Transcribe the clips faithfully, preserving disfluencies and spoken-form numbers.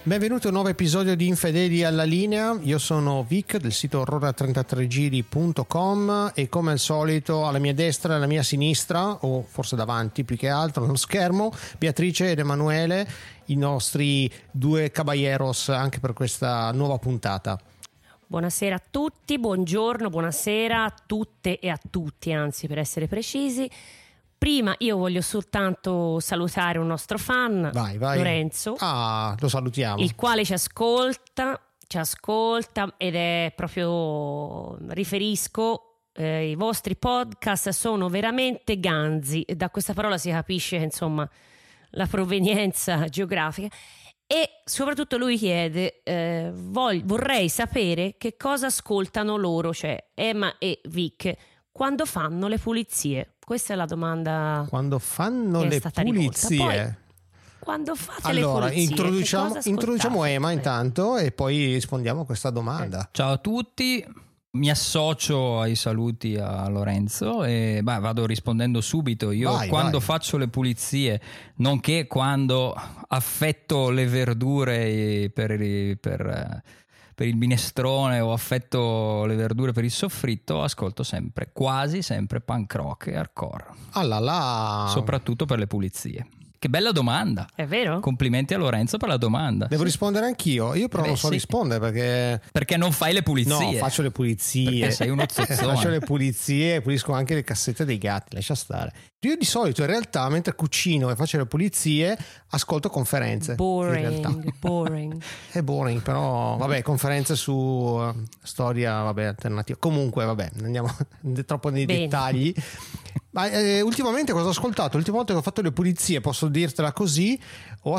Benvenuti a un nuovo episodio di Infedeli alla linea. Io sono Vic del sito aurora trentatré giri punto com e come al solito alla mia destra e alla mia sinistra, o forse davanti più che altro, nello schermo, Beatrice ed Emanuele, i nostri due caballeros anche per questa nuova puntata. Buonasera a tutti, buongiorno, buonasera a tutte e a tutti, anzi per essere precisi. Prima io voglio soltanto salutare un nostro fan, vai, vai. Lorenzo. Ah, lo salutiamo. Il quale ci ascolta, ci ascolta ed è proprio, riferisco, eh, i vostri podcast sono veramente ganzi. Da questa parola si capisce, insomma, la provenienza geografica. E soprattutto lui chiede, eh, voglio, vorrei sapere che cosa ascoltano loro, cioè Emma e Vic, quando fanno le pulizie. Questa è la domanda. Quando fanno le pulizie. Poi, quando fate allora, le pulizie, introduciamo, introduciamo Emma intanto e poi rispondiamo a questa domanda. Eh. Ciao a tutti, mi associo ai saluti a Lorenzo e beh, vado rispondendo subito. Io vai, quando vai. faccio le pulizie, nonché quando affetto le verdure per, per per il minestrone o affetto le verdure per il soffritto, ascolto sempre, quasi sempre punk rock e hardcore. Ah là là. Soprattutto per le pulizie. Che bella domanda. È vero? Complimenti a Lorenzo per la domanda. Devo sì. rispondere anch'io. Io però Eh beh, non so sì. rispondere perché Perché non fai le pulizie? No, faccio le pulizie. Perché sei uno zozzone. Faccio le pulizie e pulisco anche le cassette dei gatti, lascia stare. Io di solito in realtà mentre cucino e faccio le pulizie ascolto conferenze. Boring, boring. È boring, però vabbè, conferenze su uh, storia, vabbè, alternativa. Comunque, vabbè, andiamo troppo nei Bene. dettagli. Ma eh, ultimamente cosa ho ascoltato? L'ultima volta che ho fatto le pulizie, posso dirtela così, ho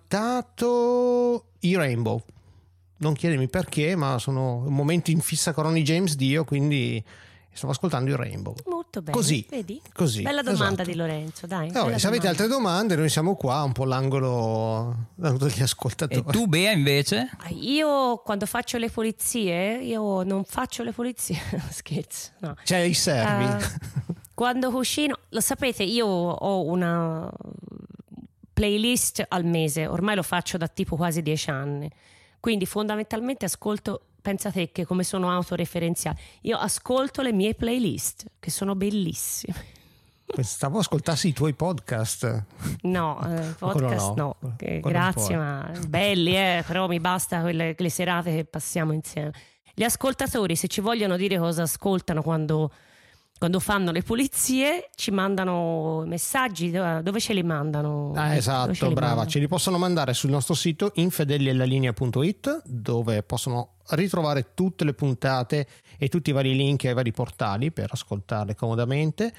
ascoltato i Rainbow. Non chiedermi perché, ma sono un momento in fissa con Ronnie James Dio, quindi stavo ascoltando i Rainbow. Molto bene. Così, vedi? così. Bella domanda esatto. di Lorenzo, dai. Eh, vabbè, bella se avete domanda. altre domande, noi siamo qua, un po' l'angolo, l'angolo degli ascoltatori. E tu, Bea, invece? Io quando faccio le pulizie, io non faccio le pulizie, scherzo, no. Cioè, i servi. Uh, quando cucino, lo sapete, io ho una playlist al mese, ormai lo faccio da tipo quasi dieci anni, quindi fondamentalmente ascolto, pensa te che come sono autoreferenziale, io ascolto le mie playlist che sono bellissime. Pensavo ascoltassi i tuoi podcast. No, eh, podcast no, no, che, quello grazie, ma belli, eh, però mi basta quelle, quelle serate che passiamo insieme. Gli ascoltatori, se ci vogliono dire cosa ascoltano quando, quando fanno le pulizie, ci mandano messaggi. Dove ce li mandano? Ah, esatto, li brava. mandano? Ce li possono mandare sul nostro sito infedeliallalinea punto it, dove possono ritrovare tutte le puntate e tutti i vari link ai vari portali per ascoltarle comodamente.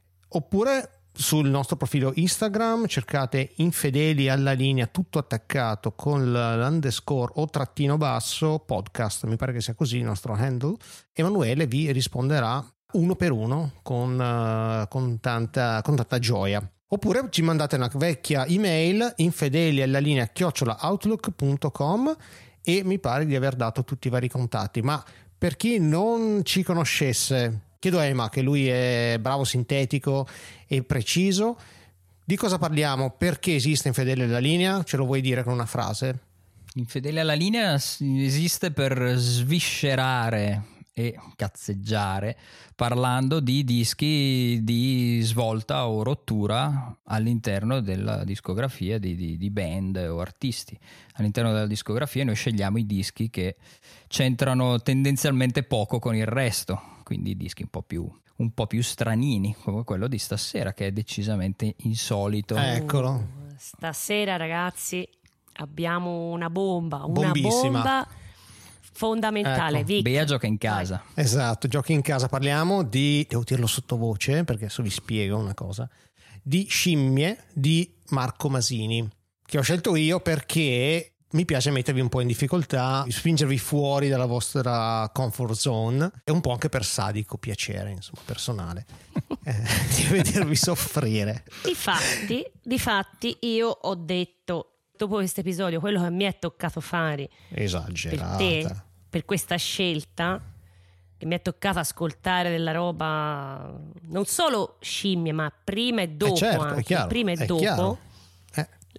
Oppure sul nostro profilo Instagram cercate Infedeli alla linea tutto attaccato con l'underscore o trattino basso podcast, mi pare che sia così il nostro handle. Emanuele vi risponderà uno per uno con, uh, con, tanta, con tanta gioia. Oppure ci mandate una vecchia email infedeli alla linea chiocciola outlook punto com e mi pare di aver dato tutti i vari contatti. Ma per chi non ci conoscesse, chiedo a Emma, che lui è bravo, sintetico e preciso, di cosa parliamo? Perché esiste Infedeli alla linea? Ce lo vuoi dire con una frase? Infedeli alla linea esiste per sviscerare e cazzeggiare parlando di dischi di svolta o rottura all'interno della discografia di, di, di band o artisti. All'interno della discografia noi scegliamo i dischi che c'entrano tendenzialmente poco con il resto, quindi dischi un po' più un po' più stranini, come quello di stasera, che è decisamente insolito. Eccolo. Stasera, ragazzi, abbiamo una bomba, una Bombissima. bomba fondamentale. Ecco. Vic, Bea gioca in casa. Esatto, giochi in casa. Parliamo di, devo dirlo sottovoce perché adesso vi spiego una cosa, di Scimmie di Marco Masini, che ho scelto io perché mi piace mettervi un po' in difficoltà, spingervi fuori dalla vostra comfort zone e un po' anche per sadico piacere, insomma, personale, eh, di vedervi soffrire. Difatti, difatti io ho detto, dopo questo episodio, quello che mi è toccato fare Esagerata. per te, per questa scelta, che mi è toccato ascoltare della roba non solo scimmie, ma prima e dopo, eh certo, anche è chiaro, prima e è dopo chiaro. Eh.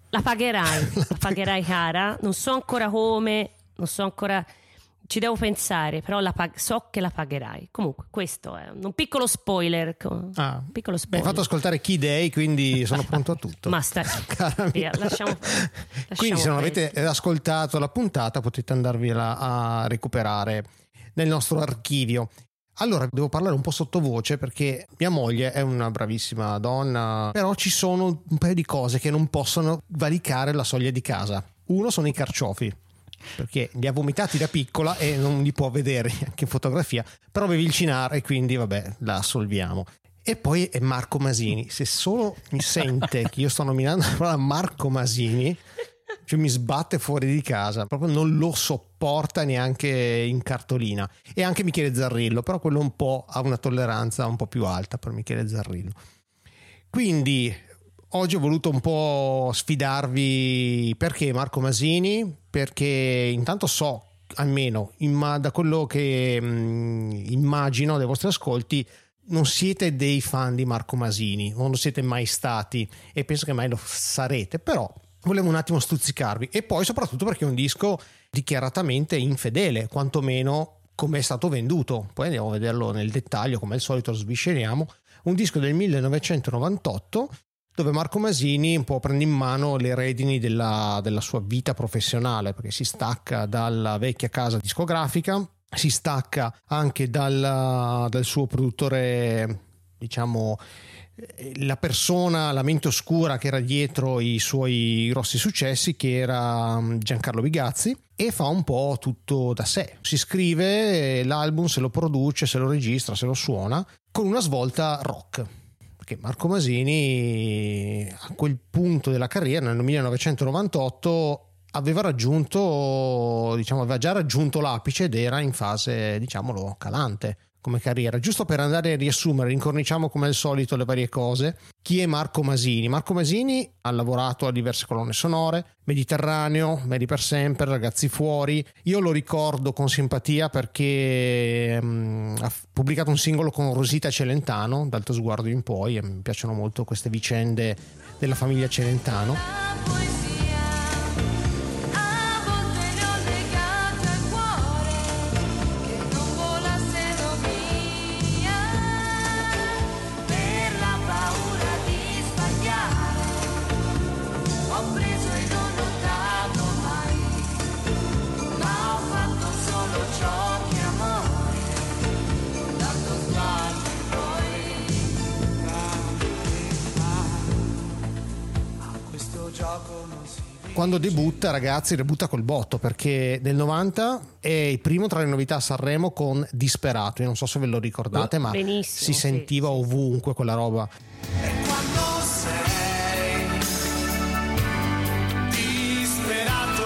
La pagherai, la pagherai cara, non so ancora come, non so ancora, ci devo pensare, però la pag- so che la pagherai. Comunque questo è un piccolo spoiler. Ah, un piccolo spoiler. Mi hai fatto ascoltare Key Day, quindi sono pronto a tutto. Ma stai, via, lasciamo, lasciamo quindi se non perdere. avete ascoltato la puntata potete andarvela a recuperare nel nostro archivio. Allora, devo parlare un po' sottovoce perché mia moglie è una bravissima donna, però ci sono un paio di cose che non possono valicare la soglia di casa. Uno sono i carciofi, perché li ha vomitati da piccola e non li può vedere anche in fotografia, però bevi il cinare e quindi vabbè, la assolviamo. E poi è Marco Masini. Se solo mi sente che io sto nominando la parola Marco Masini, cioè mi sbatte fuori di casa, proprio non lo sopporta neanche in cartolina. E anche Michele Zarrillo, però quello un po' ha una tolleranza un po' più alta per Michele Zarrillo. Quindi oggi ho voluto un po' sfidarvi. Perché Marco Masini? Perché intanto so, almeno imma- da quello che mh, immagino dai vostri ascolti, non siete dei fan di Marco Masini, non lo siete mai stati e penso che mai lo sarete, però volevo un attimo stuzzicarvi. E poi soprattutto perché è un disco dichiaratamente infedele, quantomeno come è stato venduto. Poi andiamo a vederlo nel dettaglio, come al solito lo svisceriamo. Un disco del millenovecentonovantotto dove Marco Masini un po' prende in mano le redini della, della sua vita professionale, perché si stacca dalla vecchia casa discografica, si stacca anche dal, dal suo produttore, diciamo la persona, la mente oscura che era dietro i suoi grossi successi, che era Giancarlo Bigazzi, e fa un po' tutto da sé. Si scrive l'album, se lo produce, se lo registra, se lo suona, con una svolta rock. Perché Marco Masini a quel punto della carriera, nel millenovecentonovantotto, aveva raggiunto, diciamo, aveva già raggiunto l'apice ed era in fase, diciamolo, calante come carriera. Giusto per andare a riassumere, incorniciamo come al solito le varie cose. Chi è Marco Masini? Marco Masini ha lavorato a diverse colonne sonore: Mediterraneo, Mary per sempre, Ragazzi fuori. Io lo ricordo con simpatia perché um, ha pubblicato un singolo con Rosita Celentano, D'alto sguardo in poi, e mi piacciono molto queste vicende della famiglia Celentano. Quando debutta, ragazzi, debutta col botto, perché nel novanta è il primo tra le novità a Sanremo con Disperato. Io non so se ve lo ricordate, ma benissimo, si sentiva sì, ovunque quella roba. E quando sei disperato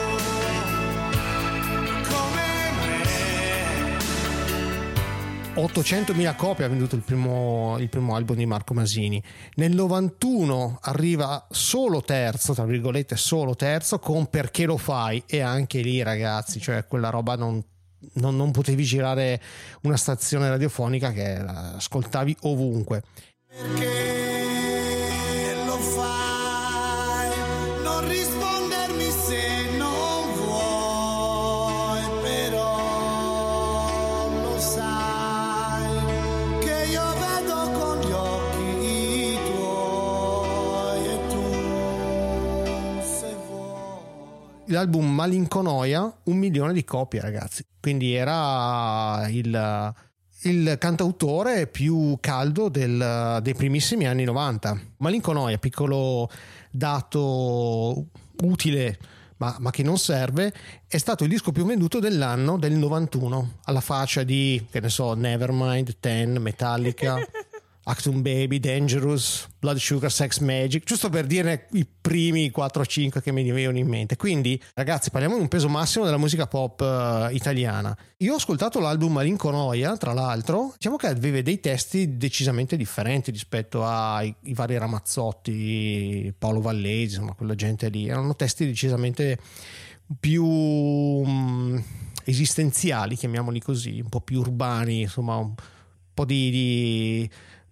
come me. ottocentomila copie ha venduto il primo, il primo album di Marco Masini. Nel novantuno arriva solo terzo, tra virgolette solo terzo, con Perché lo fai, e anche lì, ragazzi, cioè quella roba non, non, non potevi girare una stazione radiofonica che ascoltavi ovunque. Perché lo fai? Non rispondermi se non vuoi, però lo sai che io vedo con gli occhi tuoi e tu se vuoi. L'album Malinconoia, un milione di copie, ragazzi. Quindi era il... il cantautore più caldo del, dei primissimi anni novanta. Malinconoia, piccolo dato utile ma, ma che non serve, è stato il disco più venduto dell'anno del novantuno, alla faccia di, che ne so, Nevermind, Ten, Metallica, Actum Baby, Dangerous, Blood Sugar Sex Magik, giusto per dire i primi quattro cinque che mi venivano in mente. Quindi, ragazzi, parliamo di un peso massimo della musica pop uh, italiana. Io ho ascoltato l'album Malinconoia, tra l'altro, diciamo che aveva dei testi decisamente differenti rispetto ai i vari Ramazzotti, Paolo Vallesi, insomma, quella gente lì. Erano testi decisamente più um, esistenziali, chiamiamoli così, un po' più urbani, insomma, un po' di... di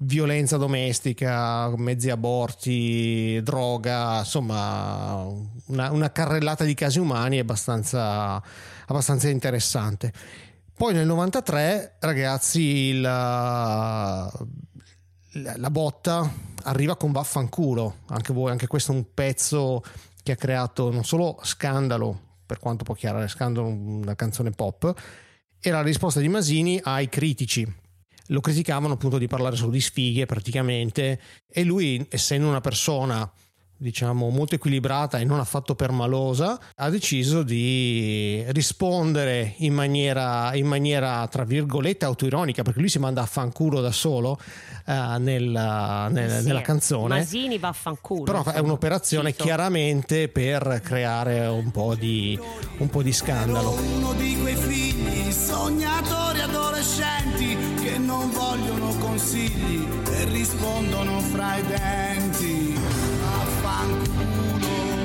violenza domestica, mezzi aborti, droga, insomma una, una carrellata di casi umani abbastanza, abbastanza interessante. Poi nel novantatré, ragazzi, la, la, la botta arriva con Vaffanculo, anche voi, anche questo è un pezzo che ha creato non solo scandalo, per quanto può chiarare scandalo una canzone pop, era la risposta di Masini ai critici. Lo criticavano appunto di parlare solo di sfighe praticamente, e lui, essendo una persona diciamo molto equilibrata e non affatto permalosa, ha deciso di rispondere in maniera in maniera tra virgolette autoironica, perché lui si manda a fanculo da solo uh, nella, nel, sì, nella canzone. Masini va a fanculo, però è un'operazione cito. chiaramente per creare un po' di un po' di scandalo. Uno di quei figli sognatori adolescenti che non vogliono consigli e rispondono fra i denti. Vaffanculo.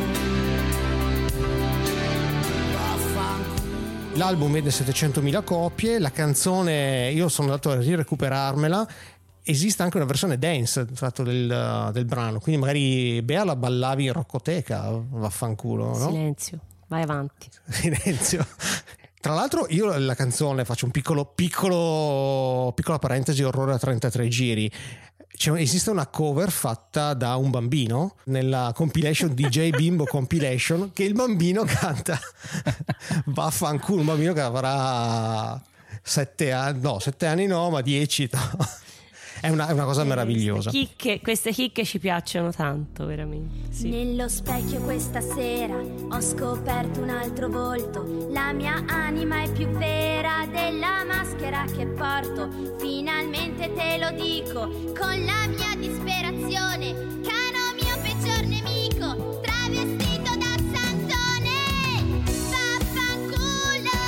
Vaffanculo. L'album vende settecentomila copie, la canzone io sono andato a rirecuperarmela. Esiste anche una versione dance fatto del, del brano, quindi magari Bea la ballavi in roccoteca, vaffanculo, no? Silenzio, vai avanti. Silenzio. Tra l'altro io la canzone faccio un piccolo piccolo piccola parentesi, orrore a trentatré giri. Cioè, esiste una cover fatta da un bambino nella compilation D J Bimbo Compilation, che il bambino canta vaffanculo, un bambino che avrà sette anni, no, sette anni no, ma dieci no. È una, è una cosa meravigliosa. Chicche, queste chicche ci piacciono tanto, veramente. Sì. Nello specchio questa sera ho scoperto un altro volto. La mia anima è più vera della maschera che porto. Finalmente te lo dico, con la mia disperazione. Cano mio peggior nemico, travestito da santone. Vaffanculo,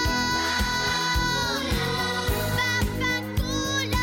vaffanculo.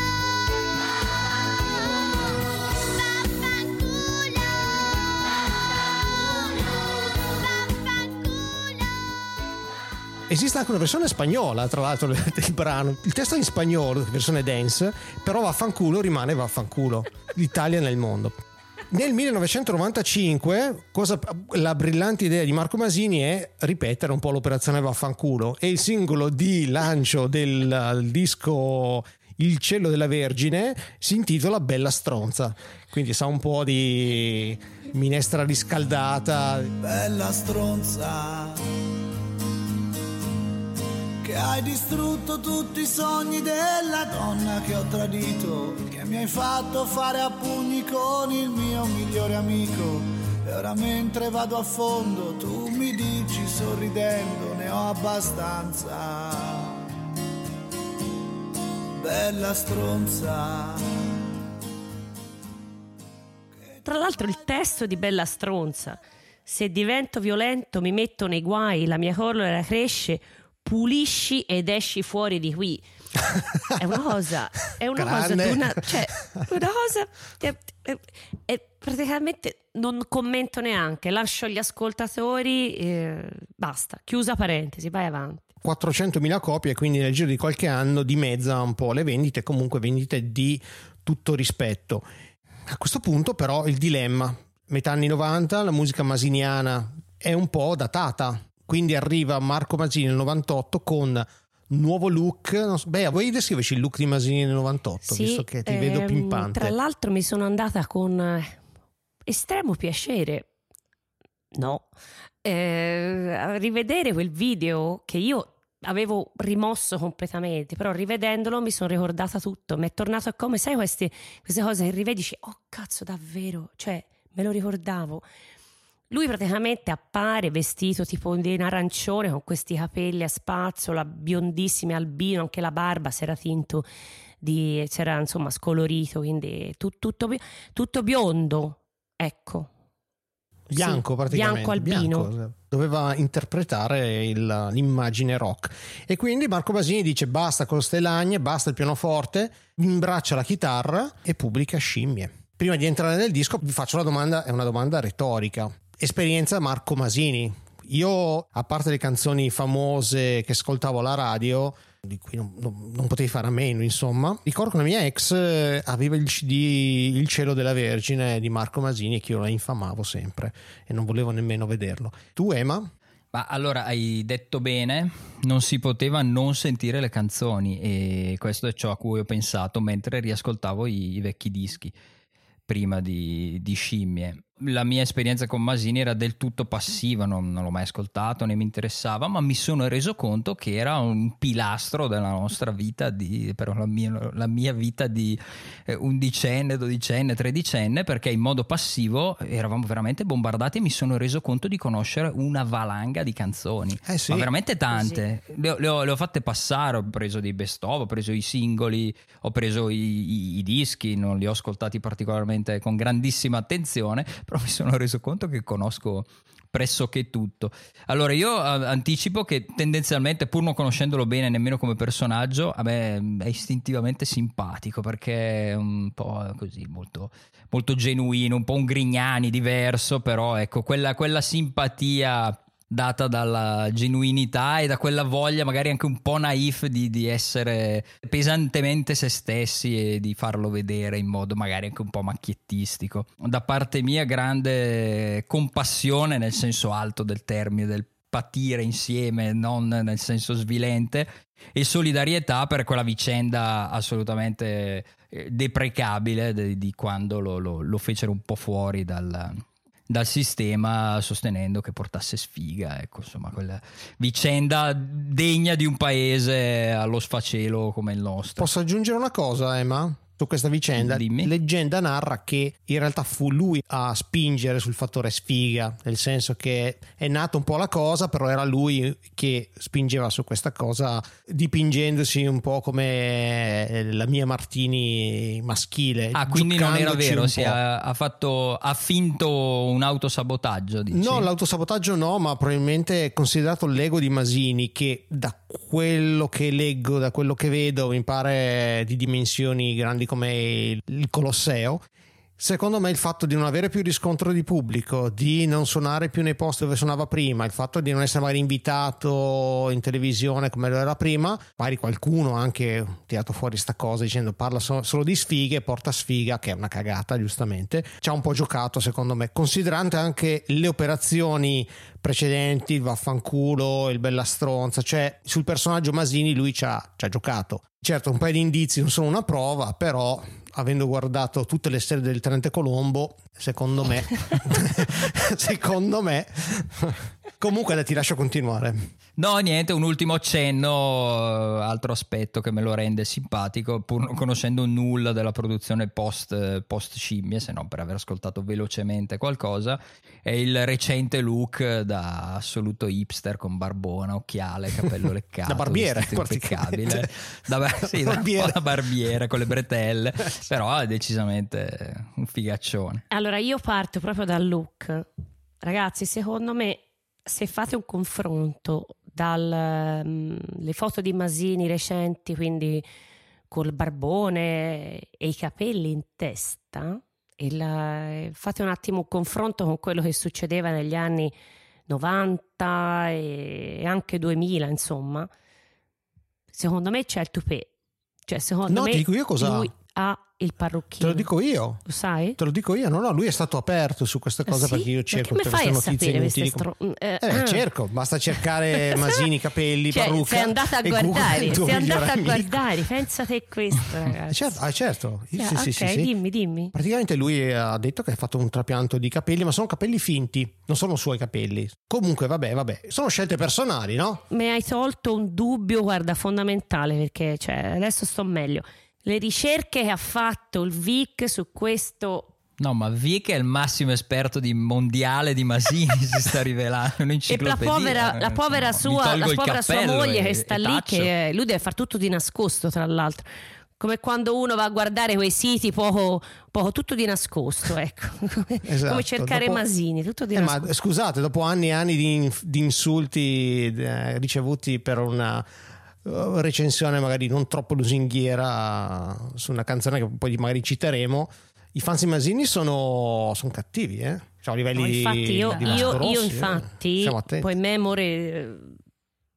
Esiste anche una versione spagnola, tra l'altro, del brano. Il testo è in spagnolo, versione dance, però vaffanculo rimane vaffanculo. L'Italia nel mondo. Nel millenovecentonovantacinque, cosa, la brillante idea di Marco Masini è ripetere un po' l'operazione vaffanculo, e il singolo di lancio del, del disco Il cielo della Vergine si intitola Bella stronza, quindi sa un po' di minestra riscaldata. Bella stronza, che hai distrutto tutti i sogni della donna che ho tradito, che mi hai fatto fare a pugni con il mio migliore amico. E ora mentre vado a fondo tu mi dici sorridendo ne ho abbastanza. Bella stronza. Tra l'altro il testo di Bella stronza: se divento violento mi metto nei guai, la mia collera cresce, pulisci ed esci fuori di qui. È una cosa, è una cosa, di una, cioè, una cosa è, è, è praticamente non commento neanche, lascio gli ascoltatori, eh, basta, chiusa parentesi, vai avanti. quattrocentomila copie, quindi nel giro di qualche anno dimezza un po' le vendite, comunque vendite di tutto rispetto. A questo punto però il dilemma, metà anni novanta, la musica masiniana è un po' datata, quindi arriva Marco Masini nel novantotto con nuovo look. Non so, beh, vuoi descriverci il look di Masini nel novantotto, sì, visto che ti ehm, vedo pimpante? Tra l'altro mi sono andata con eh, estremo piacere, no, eh, a rivedere quel video che io avevo rimosso completamente, però rivedendolo mi sono ricordata tutto, mi è tornato come, sai, queste, queste cose che rivedi, dici, oh cazzo, davvero, cioè me lo ricordavo. Lui praticamente appare vestito tipo in arancione, con questi capelli a spazzola, biondissimi, albino, anche la barba si era tinto di, c'era insomma scolorito, quindi tu, tutto, tutto biondo, ecco. Bianco, sì, praticamente. Bianco albino. Bianco. Doveva interpretare il, l'immagine rock. E quindi Marco Masini dice basta con ste lagne, basta il pianoforte, imbraccia la chitarra e pubblica Scimmie. Prima di entrare nel disco vi faccio la domanda, è una domanda retorica. Esperienza Marco Masini. Io, a parte le canzoni famose che ascoltavo alla radio, di cui non, non, non potevi fare a meno, insomma. Ricordo che la mia ex aveva il C D Il cielo della Vergine di Marco Masini e che io la infamavo sempre e non volevo nemmeno vederlo. Tu, Ema? Ma allora hai detto bene, non si poteva non sentire le canzoni e questo è ciò a cui ho pensato mentre riascoltavo i, i vecchi dischi prima di, di Scimmie. La mia esperienza con Masini era del tutto passiva, non, non l'ho mai ascoltato, né mi interessava, ma mi sono reso conto che era un pilastro della nostra vita, di, per la mia, la mia vita di eh, undicenne, dodicenne, tredicenne, perché in modo passivo eravamo veramente bombardati e mi sono reso conto di conoscere una valanga di canzoni, eh sì. ma veramente tante. Sì. Le, ho, le, ho, le ho fatte passare, ho preso dei best of, ho preso i singoli, ho preso i, i, i dischi, non li ho ascoltati particolarmente con grandissima attenzione, però mi sono reso conto che conosco pressoché tutto. Allora io anticipo che tendenzialmente, pur non conoscendolo bene nemmeno come personaggio, a me è istintivamente simpatico perché è un po' così molto, molto genuino, un po' un Grignani diverso, però ecco quella, quella simpatia data dalla genuinità e da quella voglia magari anche un po' naif di, di essere pesantemente se stessi e di farlo vedere in modo magari anche un po' macchiettistico. Da parte mia grande compassione nel senso alto del termine, del patire insieme, non nel senso svilente, e solidarietà per quella vicenda assolutamente deprecabile di, di quando lo, lo, lo fecero un po' fuori dal... dal sistema, sostenendo che portasse sfiga, ecco, insomma, quella vicenda degna di un paese allo sfacelo come il nostro. Posso aggiungere una cosa, Emma? Su questa vicenda, Dimmi. Leggenda narra che in realtà fu lui a spingere sul fattore sfiga, nel senso che è nata un po' la cosa, però era lui che spingeva su questa cosa, dipingendosi un po' come la Mia Martini maschile. Ah, quindi non era vero, si ha, ha fatto ha finto un autosabotaggio, dici? No, l'autosabotaggio no, ma probabilmente è considerato l'ego di Masini, che da quello che leggo, da quello che vedo, mi pare di dimensioni grandi come il Colosseo. Secondo me il fatto di non avere più riscontro di pubblico, di non suonare più nei posti dove suonava prima, il fatto di non essere magari invitato in televisione come lo era prima, magari qualcuno ha anche tirato fuori sta cosa dicendo parla so- solo di sfighe, porta sfiga, che è una cagata giustamente, ci ha un po' giocato secondo me, considerando anche le operazioni precedenti, il vaffanculo, il bella stronza, cioè sul personaggio Masini lui ci ha, ci ha giocato. Certo, un paio di indizi non sono una prova, però avendo guardato tutte le serie del Tenente Colombo, secondo me secondo me comunque ti lascio continuare. No, niente, un ultimo accenno, altro aspetto che me lo rende simpatico, pur non conoscendo nulla della produzione post, post Scimmie, se non per aver ascoltato velocemente qualcosa, è il recente look da assoluto hipster con barbona, occhiale, capello leccato, da barbiere praticamente, da, sì, da, barbiere. Un po' da barbiere con le bretelle, però è decisamente un figaccione. Allora io parto proprio dal look, ragazzi, secondo me se fate un confronto dalle um, foto di Masini recenti, quindi col barbone e i capelli in testa, e la, fate un attimo un confronto con quello che succedeva negli anni novanta e anche duemila, insomma, secondo me c'è il toupé, cioè secondo no, me ti dico io cosa lui ha il parrucchino. Te lo dico io. Lo sai? Te lo dico io. No, no, lui è stato aperto su questa cosa, sì? perché io cerco tutte queste notizie inutili. Stro... Eh, eh, cerco, basta cercare Masini, capelli, cioè, parrucca. Sei andata a guardare, sei andata a guardare, pensa te questo, ragazzi. Certo, ah, certo. Sì, yeah, sì, ok, sì, sì. dimmi, dimmi. Praticamente lui ha detto che ha fatto un trapianto di capelli, ma sono capelli finti, non sono suoi capelli. Comunque, vabbè, vabbè, sono scelte personali, no? Mi hai tolto un dubbio, guarda, fondamentale, perché cioè, adesso sto meglio. Le ricerche che ha fatto il Vic su questo... No, ma Vic è il massimo esperto di mondiale di Masini, si sta rivelando un'enciclopedia. E la povera, la povera, no, sua, la povera sua moglie e, che sta lì, taccio. che lui deve far tutto di nascosto, tra l'altro. Come quando uno va a guardare quei siti poco, poco tutto di nascosto, ecco. Esatto. Come cercare dopo... Masini, tutto di eh, nascosto. Ma scusate, dopo anni e anni di, di insulti eh, ricevuti per una recensione magari non troppo lusinghiera su una canzone che poi magari citeremo, i fans di Masini sono, sono cattivi, eh? Cioè, a livelli no, infatti io, di io, Rossi, io infatti eh. poi memore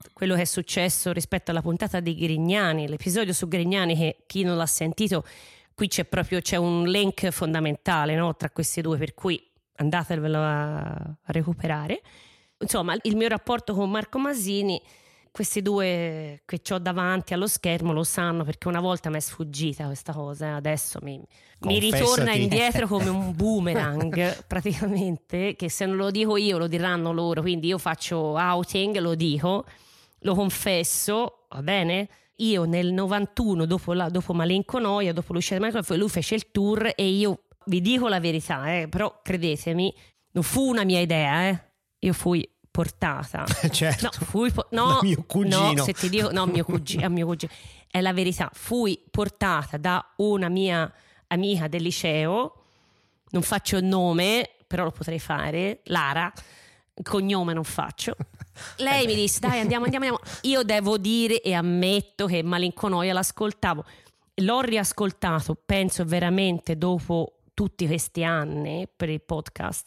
quello che è successo rispetto alla puntata di Grignani, l'episodio su Grignani, che chi non l'ha sentito, qui c'è proprio c'è un link fondamentale, no, tra questi due, per cui andatevelo a, a recuperare. Insomma, il mio rapporto con Marco Masini, questi due che ho davanti allo schermo lo sanno, perché una volta mi è sfuggita questa cosa, eh. Adesso mi, mi ritorna indietro come un boomerang praticamente, che se non lo dico io lo diranno loro, quindi io faccio outing, lo dico, lo confesso, va bene? Io nel novantuno, dopo, la, dopo Malenco Noia, dopo l'uscita di Malenco, lui fece il tour e io vi dico la verità, eh, però credetemi, non fu una mia idea, eh. Io fui portata, certo, no, fui po- no, mio cugino. no, se ti dico, no, mio cugino, mio cugino, è la verità, fui portata da una mia amica del liceo, non faccio il nome, però lo potrei fare, Lara, il cognome non faccio. Lei mi disse dai andiamo, andiamo, andiamo. Io devo dire e ammetto che Malenco Noia l'ascoltavo, l'ho riascoltato, penso veramente dopo tutti questi anni per il podcast.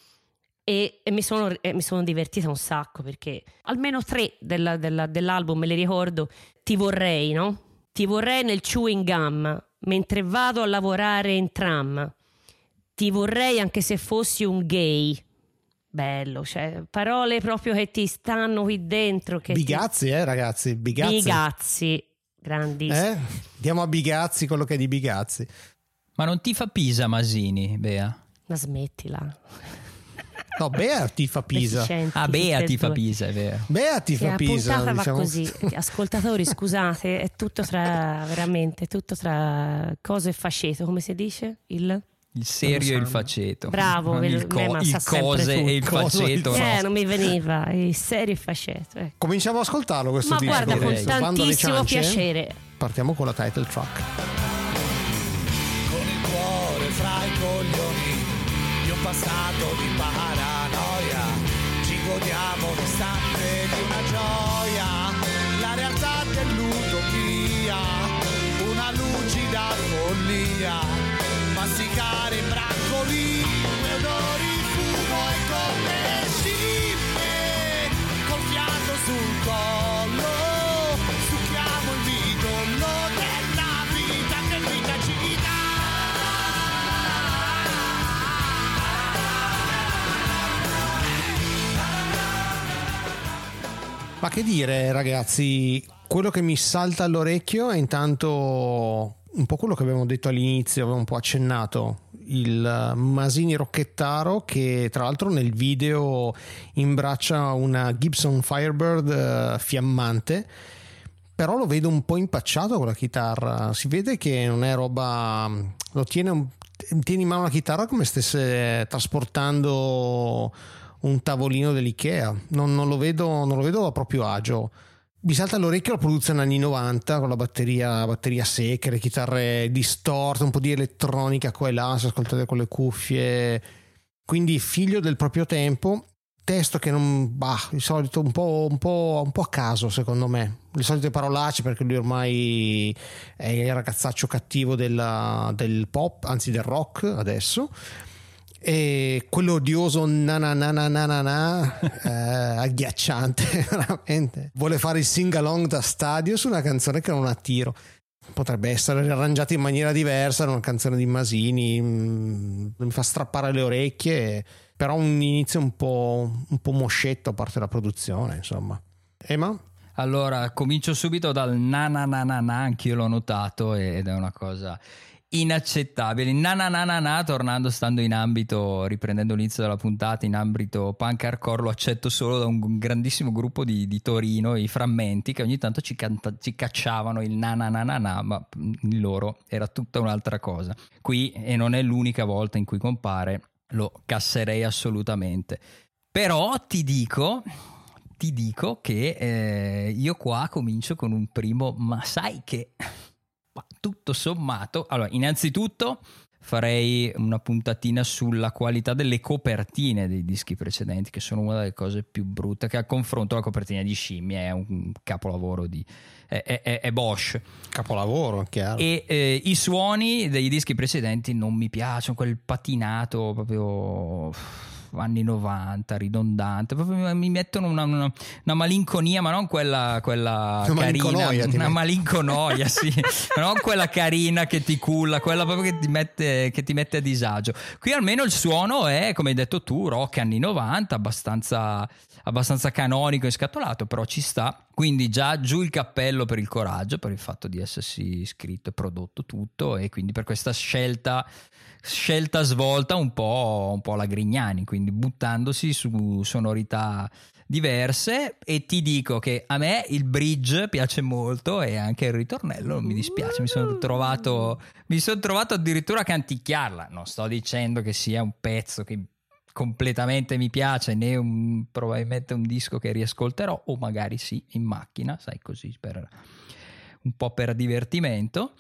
E, e mi, sono, e mi sono divertita un sacco, perché almeno tre della, della, dell'album me li ricordo. Ti vorrei, no? Ti vorrei nel chewing gum mentre vado a lavorare in tram. Ti vorrei anche se fossi un gay. Bello, cioè parole proprio che ti stanno qui dentro. Che Bigazzi, ti... eh ragazzi, Bigazzi. Bigazzi, grandissimo. Eh? Diamo a Bigazzi quello che è di Bigazzi. Ma non ti fa Pisa Masini, Bea? Ma smettila. No, Bea ti fa Pisa. Ah, Bea ti fa Pisa, è vero. Bea ti fa la Pisa. La puntata diciamo. va così. Ascoltatori, scusate, è tutto tra, veramente, tutto tra cose e faceto, come si dice? Il... Il serio e il faceto. Bravo, il, co- me, il cose e il faceto. Eh, no. non mi veniva, il serio e il faceto. Eh. Cominciamo ad ascoltarlo questo Ma disco. guarda, con Direi. tantissimo ciance, piacere. Partiamo con la title track. Con il cuore fra i coglioni di un passato di paranoia, ci godiamo l'istante di una gioia, la realtà dell'utopia, una lucida follia, masticare i braccoli, come odori, fumo e come scimmie, col fiato sul collo, succhiamo il midollo della vita che vita ci dà. Ma che dire, ragazzi, quello che mi salta all'orecchio è intanto un po' quello che abbiamo detto all'inizio, avevo un po' accennato, il Masini rocchettaro che tra l'altro nel video imbraccia una Gibson Firebird uh, fiammante, però lo vedo un po' impacciato con la chitarra, si vede che non è roba, lo tiene, un, tiene in mano la chitarra come stesse trasportando un tavolino dell'Ikea, non, non lo vedo, non lo vedo a proprio agio. Mi salta all'orecchio la produzione anni novanta con la batteria, batteria secca, le chitarre distorte, un po' di elettronica qua e là, se ascoltate con le cuffie, quindi figlio del proprio tempo. Testo che non, bah, di solito un po', un po', un po' a caso secondo me, le solite parolacce, perché lui ormai è il ragazzaccio cattivo della, del pop, anzi del rock adesso. E quello odioso na na na na na na, na eh, agghiacciante veramente, vuole fare il sing along da stadio su una canzone che non ha tiro, potrebbe essere riarrangiata in maniera diversa, una canzone di Masini, mh, mi fa strappare le orecchie, però un inizio un po', un po' moscetto a parte la produzione, insomma. Ema? Allora comincio subito dal na na na na na, anch'io l'ho notato ed è una cosa inaccettabile. Na na na na na, tornando, stando in ambito, riprendendo l'inizio della puntata, in ambito punk hardcore, lo accetto solo da un grandissimo gruppo di, di Torino, i Frammenti, che ogni tanto ci, canta, ci cacciavano il na na na na na, ma il loro era tutta un'altra cosa. Qui, e non è l'unica volta in cui compare, lo casserei assolutamente. Però ti dico ti dico che eh, io qua comincio con un primo ma sai che ma tutto sommato, allora innanzitutto farei una puntatina sulla qualità delle copertine dei dischi precedenti, che sono una delle cose più brutte, che a confronto la copertina di Scimmie è un capolavoro di è, è, è Bosch, capolavoro, chiaro. E eh, i suoni dei dischi precedenti non mi piacciono, quel patinato proprio anni novanta, ridondante, proprio mi mettono una, una, una malinconia, ma non quella, quella una carina, malinconoia, una malinconoia, sì, non quella carina che ti culla, quella proprio che ti mette, che ti mette a disagio. Qui almeno il suono è, come hai detto tu, rock anni novanta, abbastanza, abbastanza canonico e scatolato, però ci sta. Quindi già giù il cappello per il coraggio, per il fatto di essersi scritto e prodotto tutto, e quindi per questa scelta scelta svolta un po', un po' alla Grignani, quindi buttandosi su sonorità diverse. E ti dico che a me il bridge piace molto e anche il ritornello non mi dispiace, mi sono trovato mi sono trovato addirittura a canticchiarla. Non sto dicendo che sia un pezzo che completamente mi piace, né un, probabilmente un disco che riascolterò, o magari sì in macchina, sai, così per un po' per divertimento.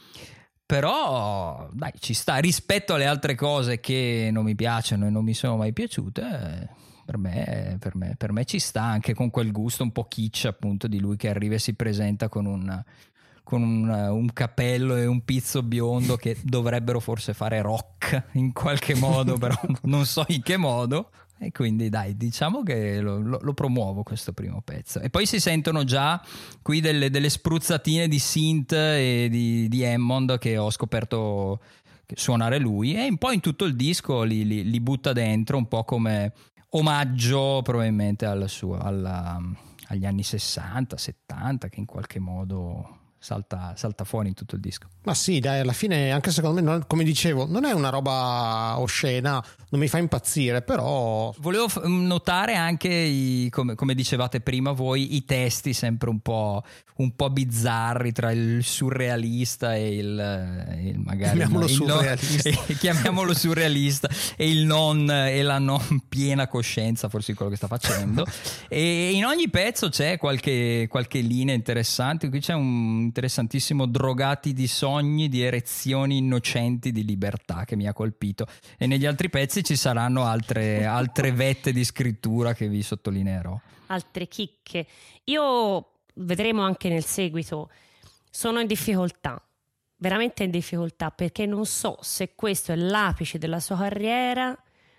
Però dai, ci sta, rispetto alle altre cose che non mi piacciono e non mi sono mai piaciute. Per me, per me, per me ci sta, anche con quel gusto un po' kitsch appunto di lui che arriva e si presenta con un con un, un capello e un pizzo biondo che dovrebbero forse fare rock in qualche modo, però non so in che modo. E quindi dai, diciamo che lo, lo, lo promuovo questo primo pezzo. E poi si sentono già qui delle, delle spruzzatine di synth e di, di Hammond che ho scoperto suonare lui, e un po' in tutto il disco li, li, li butta dentro un po' come omaggio probabilmente al suo, alla, agli anni sessanta settanta, che in qualche modo salta, salta fuori in tutto il disco. Ma sì, dai, alla fine anche secondo me, non, come dicevo, non è una roba oscena, non mi fa impazzire, però volevo f- notare anche i, come, come dicevate prima voi, i testi sempre un po', un po' bizzarri tra il surrealista e il, il magari chiamiamolo il surrealista non, e, chiamiamolo surrealista e il non e la non piena coscienza, forse di quello che sta facendo. E in ogni pezzo c'è qualche, qualche linea interessante. Qui c'è un interessantissimo drogati di sogni, di erezioni innocenti di libertà, che mi ha colpito, e negli altri pezzi ci saranno altre, altre vette di scrittura che vi sottolineerò, altre chicche. Io vedremo anche nel seguito, sono in difficoltà, veramente in difficoltà, perché non so se questo è l'apice della sua carriera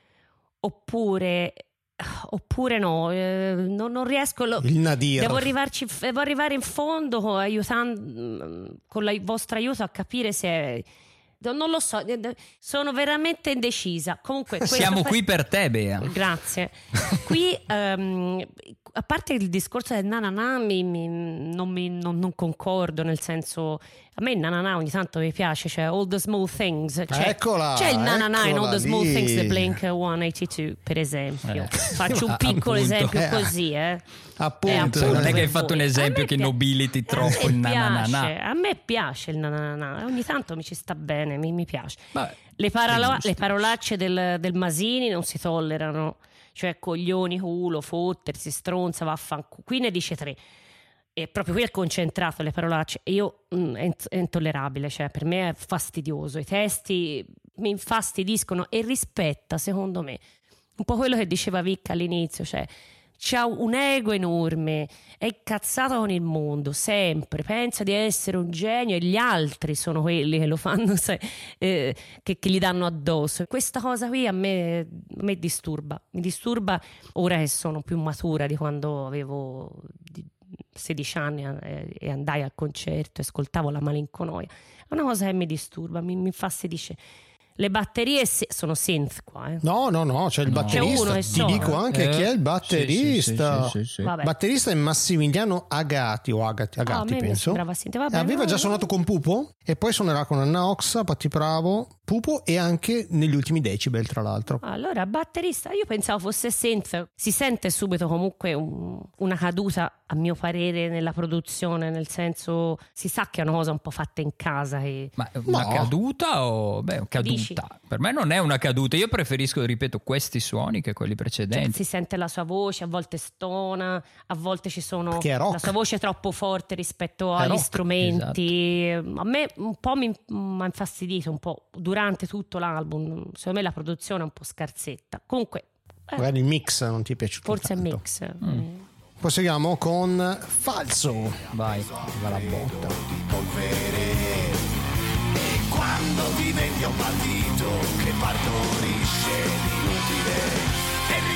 oppure oppure no, eh, non, non riesco, lo, il nadir. Devo arrivarci, devo arrivare in fondo aiutando, con il vostro aiuto, a capire se è, non lo so, sono veramente indecisa. Comunque siamo qui per te, Bea. Grazie. Qui um, a parte il discorso del nanana mi, mi, non, mi, non, non concordo, nel senso, a me il nanana ogni tanto mi piace, cioè All the Small Things, cioè, eccola, c'è il nanana in All the Small lì. Things di Blink centottantadue, per esempio. Eh. Faccio un piccolo Appunto. esempio Eh, così, eh. appunto, Eh, non è che hai per fatto voi. un esempio che pi- nobiliti troppo il nanana. A me piace il nanana, ogni tanto mi ci sta bene, mi, mi piace. Vabbè, Le, parola- giusto. le parolacce del, del Masini non si tollerano, cioè coglioni, culo, fottersi, stronza, vaffanculo. Qui ne dice tre, e proprio qui è concentrato le parolacce, e io mh, è, int- è intollerabile, cioè per me è fastidioso, i testi mi infastidiscono, e rispetta, secondo me, un po' quello che diceva Vic all'inizio, cioè c'ha un ego enorme, è incazzato con il mondo sempre, pensa di essere un genio, e gli altri sono quelli che lo fanno, sai, eh, che, che gli danno addosso. Questa cosa qui a me, a me disturba, mi disturba ora che sono più matura di quando avevo sedici anni e, e andai al concerto e ascoltavo la malinconoia. È una cosa che mi disturba, mi, mi infastidisce. Le batterie se- sono synth qua, eh. No, no, no, c'è il No. batterista. C'è uno che Ti so, dico eh. anche Eh, chi è il batterista. sì, sì, sì, sì, sì. Vabbè. Batterista è Massimiliano Agati o Agati, Ah, a Agati me mi penso. sembrava synth. Vabbè, E aveva no, già no. suonato con Pupo e poi suonerà con Anna Oxa, Patti Bravo, Pupo e anche negli ultimi Decibel, tra l'altro. Allora, batterista, io pensavo fosse synth. Si sente subito comunque un- una caduta, a mio parere, nella produzione, nel senso, si sa che è una cosa un po' fatta in casa. Che... Ma una No. caduta o beh, caduta? Dici? Per me non è una caduta. Io preferisco, ripeto, questi suoni che quelli Cioè, precedenti. si sente la sua voce, a volte stona, a volte ci sono Perché è rock. la sua voce è troppo forte rispetto È agli rock, strumenti. A me un po' mi mi ha infastidito un po' durante tutto l'album. Secondo me la produzione è un po' scarsetta. Comunque, eh, Magari il mix non ti è piaciuto forse è tanto. mix. Mm. Eh. Proseguiamo con Falso. Vai, va la botta. E quando diventi un partito che partorisce l'inutile e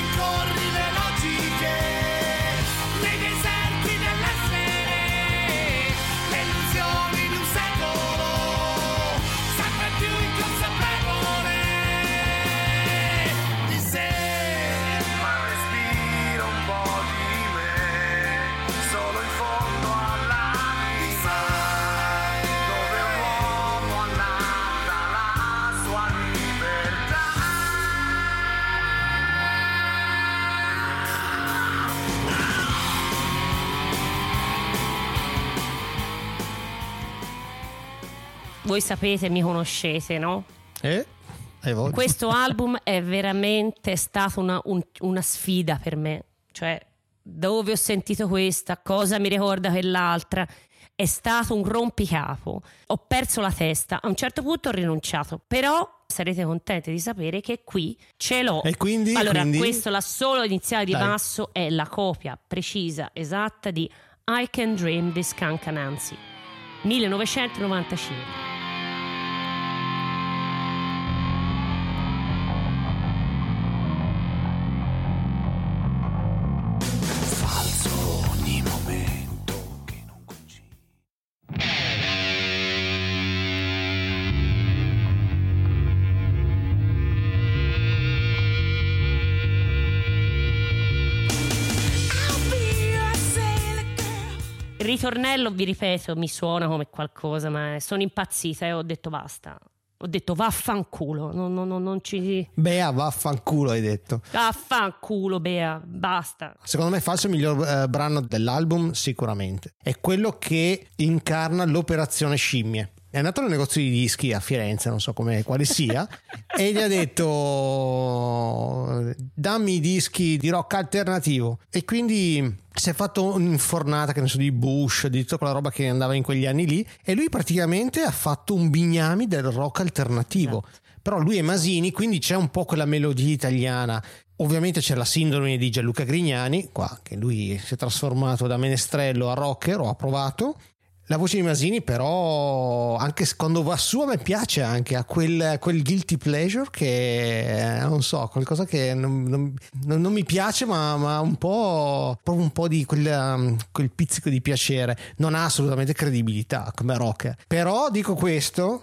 voi sapete, mi conoscete, no? Eh? Questo album è veramente stato una, un, una sfida per me, cioè dove ho sentito questa, cosa mi ricorda quell'altra, è stato un rompicapo, ho perso la testa, a un certo punto ho rinunciato, però sarete contenti di sapere che qui ce l'ho. E quindi? Allora, quindi... questo, la solo iniziale di Dai. basso è la copia precisa, esatta di I Can Dream di Skunk Anansi, millenovecentonovantacinque. Il ritornello, vi ripeto, mi suona come qualcosa, ma sono impazzita e ho detto basta. Ho detto vaffanculo, non, non, non, non ci... Bea, vaffanculo hai detto. Vaffanculo, Bea, basta. Secondo me Falso è il miglior eh, brano dell'album, sicuramente. È quello che incarna l'operazione scimmie. È andato nel negozio di dischi a Firenze, non so come, quale sia, e gli ha detto dammi i dischi di rock alternativo, e quindi si è fatto un'infornata, che ne so, di Bush, di tutta quella roba che andava in quegli anni lì, e lui praticamente ha fatto un bignami del rock alternativo. Esatto. Però lui è Masini, quindi c'è un po' quella melodia italiana. Ovviamente c'è la sindrome di Gianluca Grignani qua, che lui si è trasformato da menestrello a rocker, o ha provato. La voce di Masini però, anche quando va su, a me piace, anche a quel, quel guilty pleasure che non so, qualcosa che non, non, non mi piace, ma, ma un po' proprio un po' di quel, quel pizzico di piacere. Non ha assolutamente credibilità come rocker, però dico questo: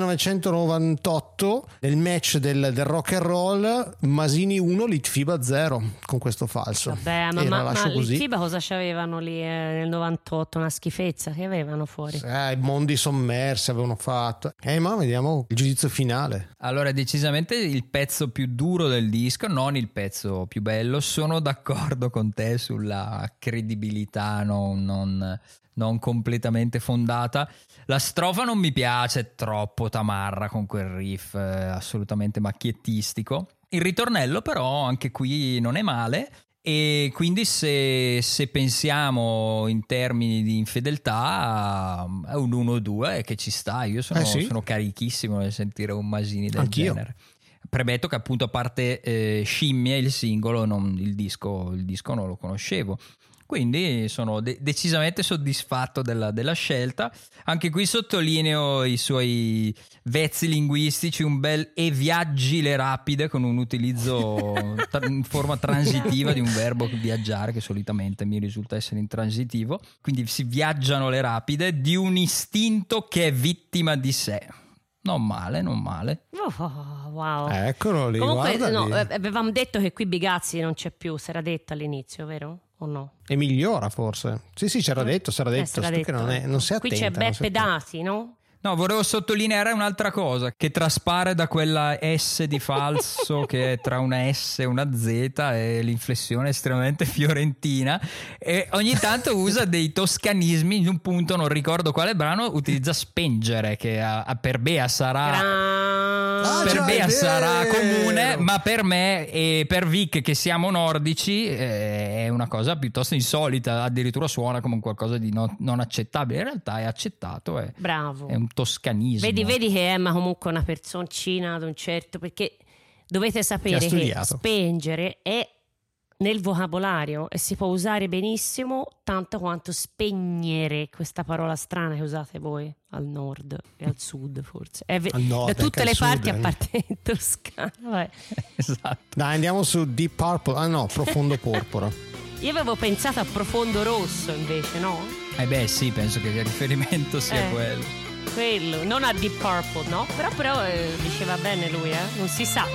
millenovecentonovantotto, nel match del, del rock and roll, Masini uno, Litfiba zero con questo Falso. Vabbè, ma, ma, ma Litfiba cosa c'avevano lì eh, nel novantotto? Una schifezza che avevano fuori. Eh, i mondi sommersi avevano fatto. Eh, ma vediamo il giudizio finale. Allora, decisamente il pezzo più duro del disco, non il pezzo più bello. Sono d'accordo con te sulla credibilità non, non, non completamente fondata. La strofa non mi piace, è troppo tamarra con quel riff eh, assolutamente macchiettistico. Il ritornello però anche qui non è male. E quindi se, se pensiamo in termini di infedeltà è un uno due che ci sta. Io sono, eh sì. sono carichissimo nel sentire un Masini del Anch'io. genere. Premetto che appunto a parte eh, Scimmie il singolo, non, il, disco, il disco non lo conoscevo. Quindi sono de- decisamente soddisfatto della, della scelta. Anche qui sottolineo i suoi vezzi linguistici, un bel e viaggile rapide, con un utilizzo tra- in forma transitiva di un verbo viaggiare, che solitamente mi risulta essere intransitivo. Quindi si viaggiano le rapide di un istinto che è vittima di sé. Non male, non male. Oh, wow. Eccolo lì. Comunque no, lì. avevamo detto che qui Bigazzi non c'è più, si era detto all'inizio, vero? O no? E migliora forse. Sì, sì, c'era detto, s'era detto. Eh, s'era detto. Che non, è, non sei qui attenta. c'è Beppe Dati, no? No, volevo sottolineare un'altra cosa che traspare da quella S di Falso che è tra una S e una Z, e l'inflessione estremamente fiorentina, e ogni tanto usa dei toscanismi. In un punto, non ricordo quale brano, utilizza spengere, che a, a per Bea sarà Gran... Ah, per cioè, Bea sarà comune, vero. ma per me e per Vic, che siamo nordici, eh, è una cosa piuttosto insolita. Addirittura suona come un qualcosa di no, non accettabile. In realtà è accettato, è, Bravo. è un toscanismo. Vedi, vedi che Emma comunque è una personcina ad un certo, perché dovete sapere che, che spengere è nel vocabolario e si può usare benissimo tanto quanto spegnere, questa parola strana che usate voi al nord e al sud, forse è ve- nord, da tutte le sud, parti eh. a parte in Toscana. Vabbè. Esatto. Dai, andiamo su Deep Purple. Ah no, Profondo Porpora. Io avevo pensato a Profondo Rosso invece, no? Eh beh sì, penso che il riferimento sia Eh. quello. Quello, non a Deep Purple, no? Però, però eh, diceva bene lui, eh? Non si sa.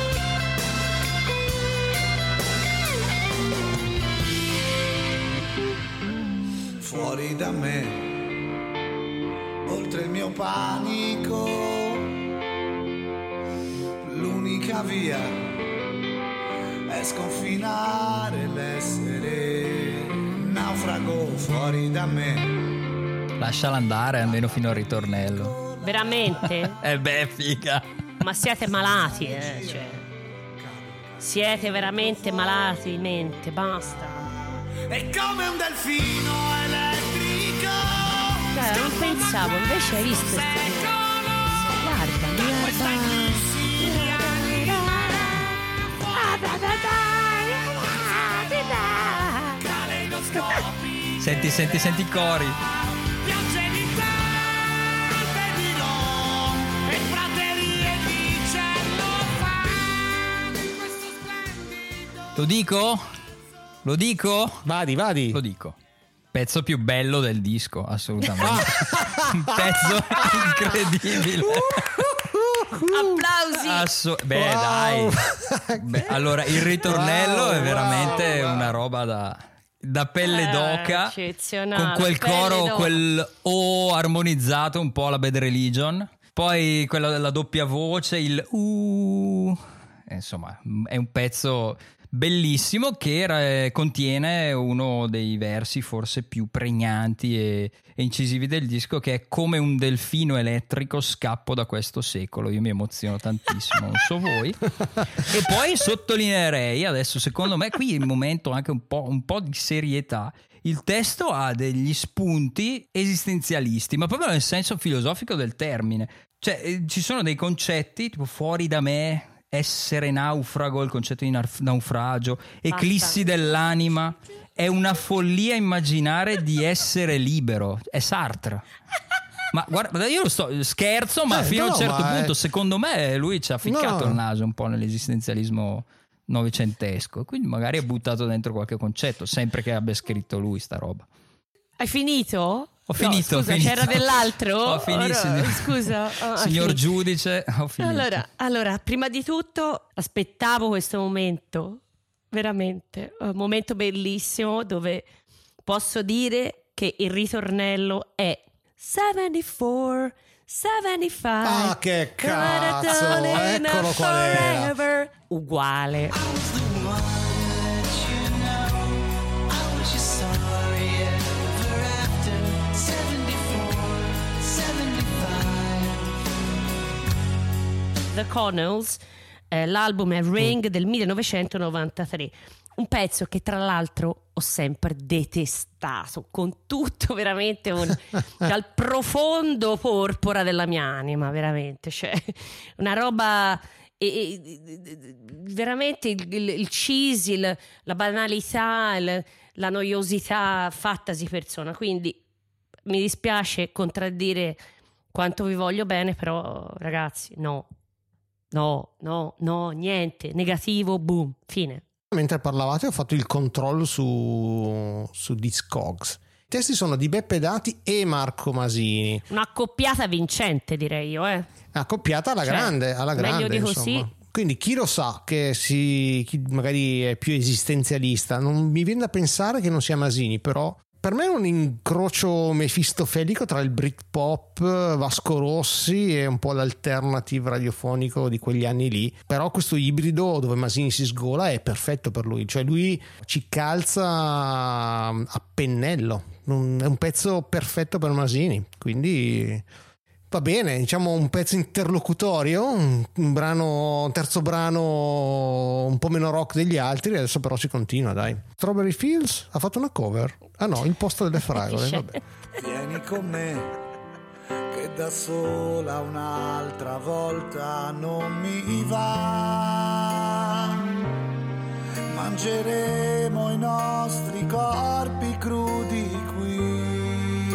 Fuori da me, oltre il mio panico, l'unica via è sconfinare l'essere naufrago fuori da me. Lasciala andare almeno fino al ritornello. Veramente? Eh beh, figa. Ma siete malati, eh, cioè. Siete veramente malati di mente, basta. È come un delfino elettrico. Guarda, non pensavo, invece hai visto questo. Guarda, guarda. Senti, senti, senti i cori. Lo dico? Lo dico? Vadi, vadi. Lo dico. Pezzo più bello del disco, assolutamente. Un pezzo incredibile. Applausi. Asso- beh, Wow. dai. Beh, allora, il ritornello Wow, è veramente wow. una roba da, da pelle Eh, d'oca. eccezionale, Con quel pelle coro, d'oca. quel O armonizzato, un po' alla Bad Religion. Poi quella della doppia voce, il uh. Insomma, è un pezzo bellissimo che era- contiene uno dei versi forse più pregnanti e, e incisivi del disco, che è come un delfino elettrico scappo da questo secolo. Io mi emoziono tantissimo, non so voi. E poi sottolineerei adesso, secondo me qui è il momento anche un po', un po' di serietà. Il testo ha degli spunti esistenzialisti, ma proprio nel senso filosofico del termine. Cioè eh, ci sono dei concetti tipo fuori da me, essere naufrago, il concetto di nauf- naufragio, eclissi dell'anima. È una follia immaginare di essere libero. È Sartre. Ma guarda, io lo sto scherzo, ma Eh, fino a no, un certo ma è- punto, secondo me, lui ci ha ficcato No. il naso un po' nell'esistenzialismo novecentesco. Quindi magari ha buttato dentro qualche concetto, sempre che abbia scritto lui sta roba. Hai finito? Ho No, finito, ho scusa, finito. c'era dell'altro? Ho finito, Ora- signor- Scusa. oh, hai Signor finito. giudice, ho finito. Allora, allora, prima di tutto aspettavo questo momento, veramente, un momento bellissimo dove posso dire che il ritornello è settantaquattro, settantacinque. Ah, che cazzo, eccolo qual era. Forever. Uguale. The Connells, eh, l'album è Ring del millenovecentonovantatré, un pezzo che tra l'altro ho sempre detestato con tutto, veramente un, dal profondo porpora della mia anima, veramente, cioè una roba e, e, veramente il, il, il cheesy, il, la banalità, il, la noiosità fattasi persona, quindi mi dispiace contraddire quanto vi voglio bene, però ragazzi no. No, no, no, niente, negativo, boom, fine. Mentre parlavate ho fatto il controllo su, su Discogs. I testi sono di Beppe Dati e Marco Masini. Una accoppiata vincente, direi io, eh. Accoppiata alla Cioè, grande, alla meglio grande, di così. insomma. Quindi chi lo sa che si, chi magari è più esistenzialista, non mi viene da pensare che non sia Masini, però per me è un incrocio mefistofelico tra il Britpop, Vasco Rossi e un po' l'alternative radiofonico di quegli anni lì. Però questo ibrido dove Masini si sgola è perfetto per lui, cioè lui ci calza a pennello, è un pezzo perfetto per Masini, quindi va bene, diciamo un pezzo interlocutorio, un, un brano, un terzo brano un po' meno rock degli altri, adesso però si continua, dai. Strawberry Fields ha fatto una cover. Ah no, il posto delle fragole, vabbè. Vieni con me, che da sola un'altra volta non mi va. Mangeremo i nostri corpi crudi qui.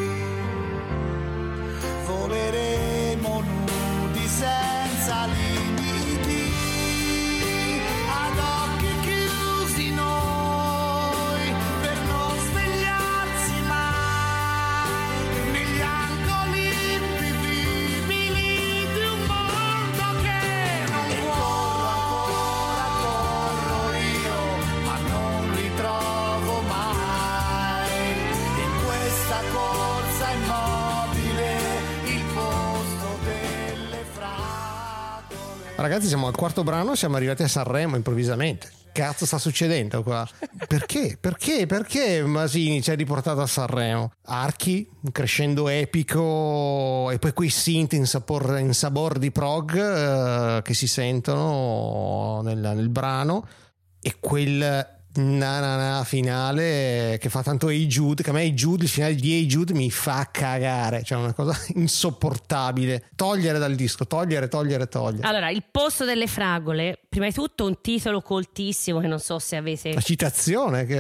Voleremo nudi senza limiti. Ad occhi chiusi noi, per non svegliarsi mai, negli angoli invivibili di un mondo che non vuole. Corro, io, ma non ritrovo mai. In questa corsa immobile, il posto delle fragole. Ragazzi, siamo al quarto brano, siamo arrivati a Sanremo improvvisamente. cazzo sta succedendo qua? Perché? Perché? Perché Masini ci ha riportato a Sanremo? Archi, un crescendo epico e poi quei synth in, sapor, in sabor di prog eh, che si sentono nel, nel brano, e quel na na na finale che fa tanto Hey Jude, che a me Hey Jude, il finale di Hey Jude mi fa cagare, cioè una cosa insopportabile. Togliere dal disco, togliere, togliere, togliere. Allora, Il posto delle fragole, prima di tutto un titolo coltissimo che non so se avete... La citazione che...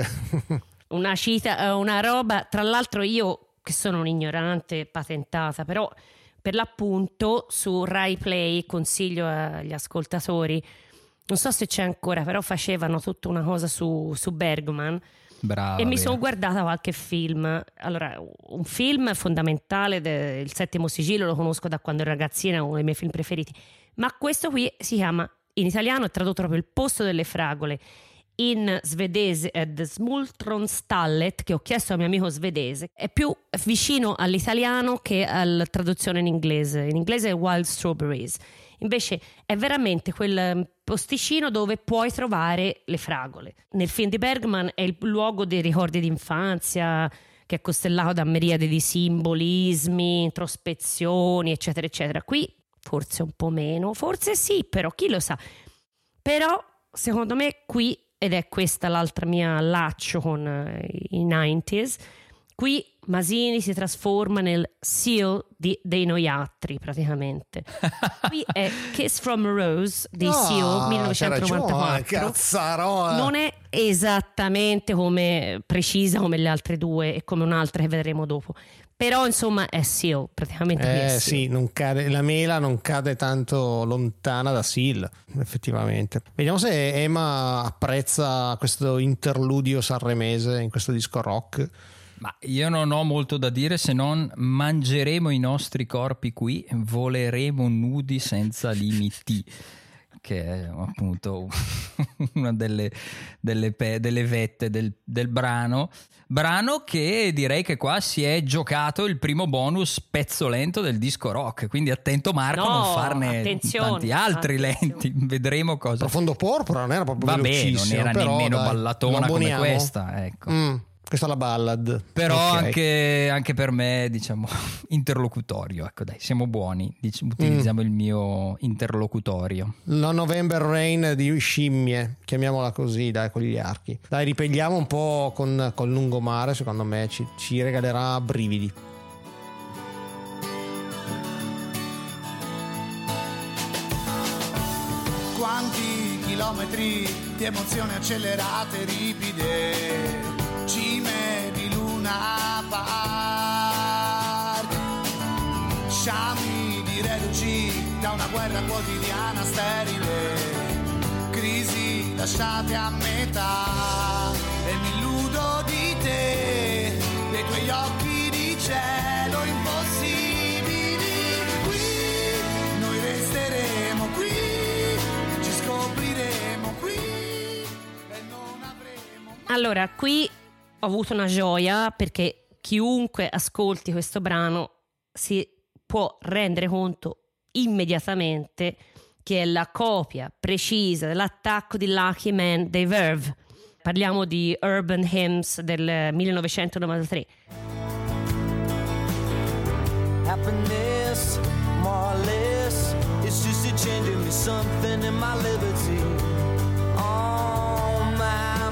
una cita, una roba, tra l'altro io che sono un'ignorante patentata, però per l'appunto su Rai Play, consiglio agli ascoltatori, non so se c'è ancora, però facevano tutta una cosa su, su Bergman. Brava, e mi vero. sono guardata qualche film. Allora, un film fondamentale, de, Il settimo sigillo, lo conosco da quando ero ragazzina, è uno dei miei film preferiti, ma questo qui si chiama, in italiano è tradotto proprio Il posto delle fragole, in svedese è The Smultronstallet, che ho chiesto a mio amico svedese, è più vicino all'italiano che alla traduzione in inglese. In inglese è Wild Strawberries, invece è veramente quel posticino dove puoi trovare le fragole. Nel film di Bergman è il luogo dei ricordi d'infanzia, che è costellato da miriade di simbolismi, introspezioni, eccetera eccetera. Qui forse un po' meno, forse sì, però chi lo sa. Però secondo me qui, ed è questa l'altra mia laccio con eh, i novanta, qui Masini si trasforma nel Seal di, dei Noiattri praticamente. Qui è Kiss from a Rose dei No, Seal millenovecentonovantaquattro. Cazzarola. Non è esattamente come precisa come le altre due e come un'altra che vedremo dopo, però insomma è Seal, praticamente qui è Eh Seal. sì, non cade, la mela non cade tanto lontana da Seal, effettivamente. Vediamo se Emma apprezza questo interludio sanremese in questo disco rock. Ma io non ho molto da dire, se non mangeremo i nostri corpi qui, voleremo nudi senza limiti, che è appunto una delle, delle, pe- delle vette del, del brano. Brano che direi che qua si è giocato il primo bonus pezzo lento del disco rock, quindi attento Marco a No, non farne attenzione, tanti altri attenzione. lenti, vedremo cosa. Profondo Porpora non era proprio Vabbè, non velocissimo, era però, nemmeno dai, ballatona lo come abboniamo? questa, ecco. Mm, questa è la ballad. Però Ok. anche, anche per me, diciamo, interlocutorio. Ecco, dai, siamo buoni. Dic- utilizziamo Mm. il mio interlocutorio. La November Rain di scimmie, chiamiamola così, dai, con gli archi. Dai, ripeliamo un po' con, con lungomare, secondo me ci, ci regalerà brividi. Quanti chilometri di emozioni accelerate, ripide, cime di Luna Park, sciami di reduci da una guerra quotidiana sterile, crisi lasciate a metà, e mi illudo di te, dei tuoi occhi di cielo impossibili. Qui noi resteremo, qui ci scopriremo, qui e non avremo mai... Allora, qui ho avuto una gioia perché chiunque ascolti questo brano si può rendere conto immediatamente che è la copia precisa dell'attacco di Lucky Man dei Verve. Parliamo di Urban Hymns del millenovecentonovantatré. Happiness, more or less, it's just a change in me, something in my liberty. Oh my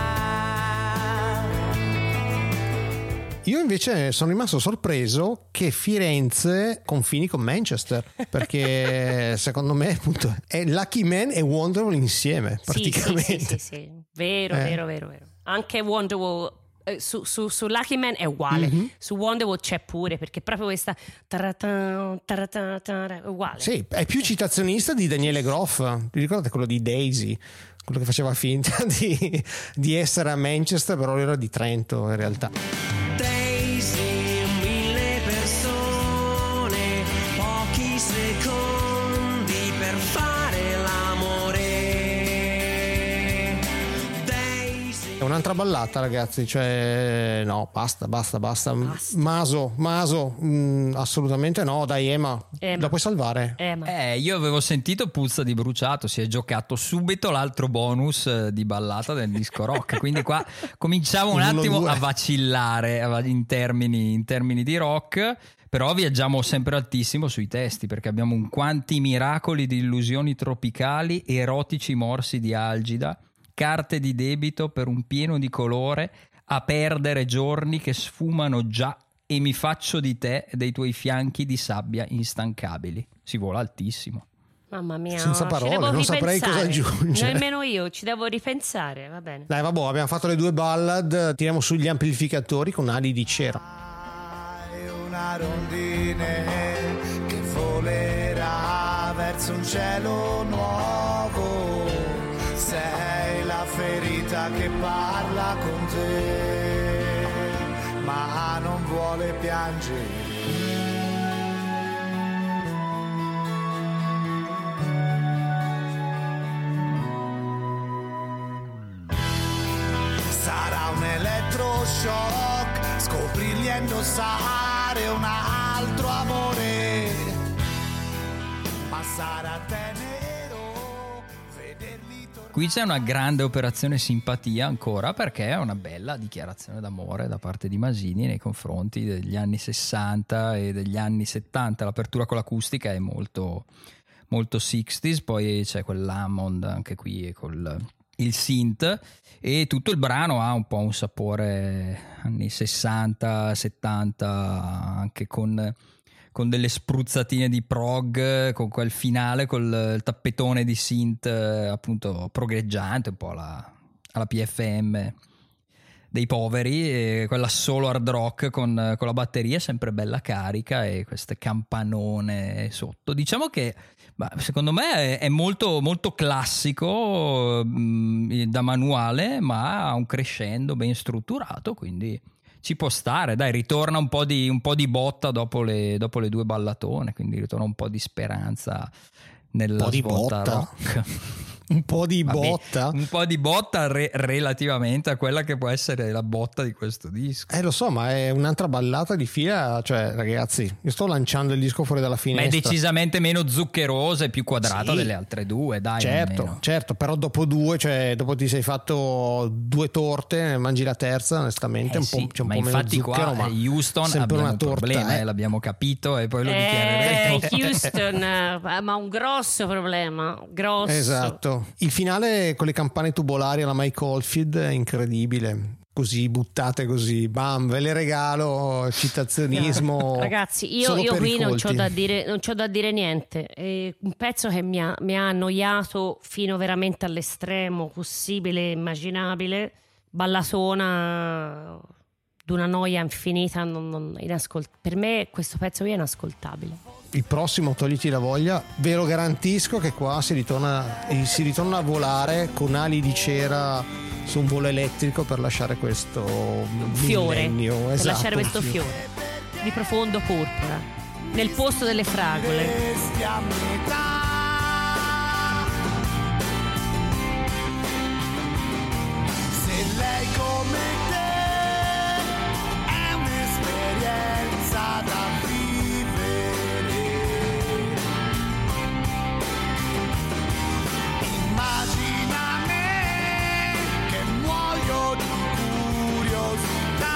mind. Io invece sono rimasto sorpreso che Firenze confini con Manchester, perché secondo me appunto è Lucky Man e Wonderwall insieme praticamente. Sì, sì, sì, sì, sì. Vero, Eh. vero, vero, vero. Anche Wonderwall eh, su, su, su Lucky Man è uguale, Mm-hmm. su Wonderwall c'è pure, perché proprio questa taratan, taratan, taratan, è uguale. Sì, è più citazionista di Daniele Groff. Vi ricordate quello di Daisy? Quello che faceva finta di, di essere a Manchester, però era di Trento in realtà. Daisy, mille persone, pochi secondi per fare l'amore. Daisy. È una un'altra ballata, ragazzi, cioè no, basta, basta, basta. basta. Maso, Maso, mh, assolutamente no, dai Ema, Ema. la puoi salvare? Ema. Eh, io avevo sentito puzza di bruciato, si è giocato subito l'altro bonus di ballata del disco rock, quindi qua cominciamo un attimo a vacillare in termini, in termini di rock. Però viaggiamo sempre altissimo sui testi, perché abbiamo un quanti miracoli di illusioni tropicali, erotici morsi di algida, carte di debito per un pieno di colore, a perdere giorni che sfumano già, e mi faccio di te e dei tuoi fianchi di sabbia instancabili. Si vola altissimo. Mamma mia, senza parole, non saprei cosa aggiungere. Nemmeno io, ci devo ripensare, va bene. Dai, vabbè, abbiamo fatto le due ballad, tiriamo sugli amplificatori con ali di cera. Una rondine che volerà verso un cielo nuovo, sei la ferita che parla con te, ma non vuole piangere. Sarà un elettroshock, scoprirgli e indossare un altro amore, passare a tenero, vederli tornare. Qui c'è una grande operazione simpatia ancora, perché è una bella dichiarazione d'amore da parte di Masini nei confronti degli anni sessanta e degli anni settanta. L'apertura con l'acustica è molto, molto sessanta, poi c'è quell'Hammond anche qui col il synth, e tutto il brano ha un po' un sapore anni sessanta settanta, anche con, con delle spruzzatine di prog, con quel finale col tappetone di synth appunto progreggiante, un po' alla, alla P F M dei poveri, e quella solo hard rock con, con la batteria sempre bella carica e queste campanone sotto. Diciamo che bah, secondo me è, è molto, molto classico mh, da manuale, ma ha un crescendo ben strutturato, quindi ci può stare. Dai, ritorna un po' di, un po' di botta dopo le, dopo le due ballatone, quindi ritorna un po' di speranza nella un po' di svolta botta. rock. Un po' di Vabbè, botta. un po' di botta re- relativamente a quella che può essere la botta di questo disco. Eh lo so, ma è un'altra ballata di fila, cioè ragazzi, io sto lanciando il disco fuori dalla Ma finestra. è decisamente meno zuccherosa e più quadrata Sì, delle altre due, dai. certo, almeno. certo, però dopo due, cioè dopo ti sei fatto due torte, mangi la terza, onestamente Eh un sì, po', c'è un ma po' meno infatti zucchero, qua ma a Houston sempre abbiamo una un torta, problema, eh. eh, l'abbiamo capito e poi lo Eh, dichiareremo. Houston, eh, ma un grosso problema, grosso. Esatto. Il finale con le campane tubolari alla Mike Oldfield è incredibile, così buttate così, bam, ve le regalo, citazionismo. Ragazzi, io, solo io per i qui non c'ho colti. da dire, non c'ho da dire niente. È un pezzo che mi ha, mi ha annoiato fino veramente all'estremo possibile e immaginabile, ballatona d'una noia infinita, non, non, inascolt- per me questo pezzo qui è inascoltabile. Il prossimo, togliti la voglia, ve lo garantisco che qua si ritorna, si ritorna a volare con ali di cera su un volo elettrico per lasciare questo Fiore, millennio. per Esatto, lasciare questo fiore di profondo porpora nel posto delle fragole. Resti a metà. Se lei come te è un'esperienza da vivere, immagina me che muoio di curiosità.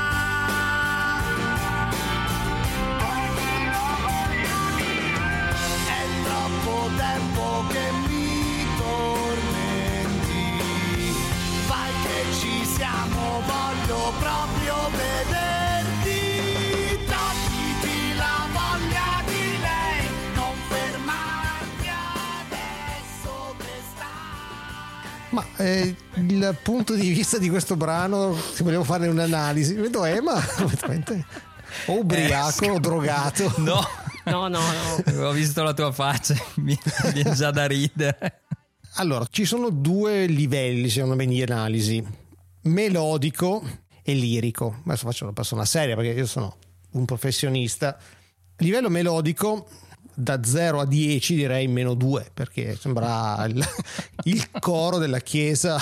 È troppo tempo che mi tormenti, fai che ci siamo, voglio proprio vederti, togliti la voglia di lei, non fermarti adesso che stai. Ma eh, il punto di vista di questo brano, se vogliamo fare un'analisi, vedo Emma completamente o ubriaco Eh, o drogato. No, No, no, no. ho visto la tua faccia, mi viene già da ridere. Allora, ci sono due livelli secondo me di analisi, melodico e lirico. Adesso faccio una persona seria perché io sono un professionista. Livello melodico, da zero a dieci direi meno due, perché sembra il, il coro della chiesa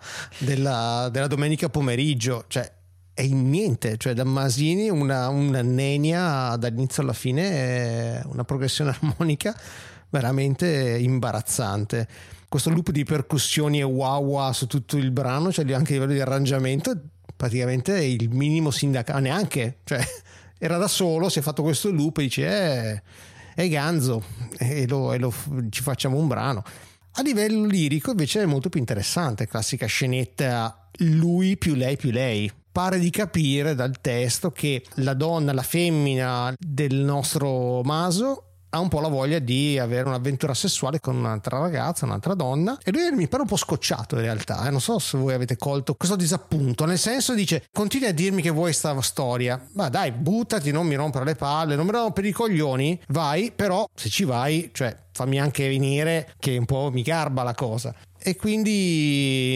della, della domenica pomeriggio, cioè è in niente, cioè da Masini una, una nenia dall'inizio alla fine, è una progressione armonica veramente imbarazzante. Questo loop di percussioni e wah wah su tutto il brano, cioè anche a livello di arrangiamento praticamente è il minimo sindacale, neanche, cioè era da solo, si è fatto questo loop e dice eh, è ganzo e, lo, e lo, ci facciamo un brano. A livello lirico invece è molto più interessante, classica scenetta lui più lei più lei. Pare di capire dal testo che la donna, la femmina del nostro Maso ha un po' la voglia di avere un'avventura sessuale con un'altra ragazza, un'altra donna, e lui mi pare un po' scocciato in realtà, eh? Non so se voi avete colto questo disappunto, nel senso dice continui a dirmi che vuoi sta storia, ma dai buttati, non mi rompere le palle, non mi rompere i coglioni, vai, però se ci vai, cioè fammi anche venire che un po' mi garba la cosa. E quindi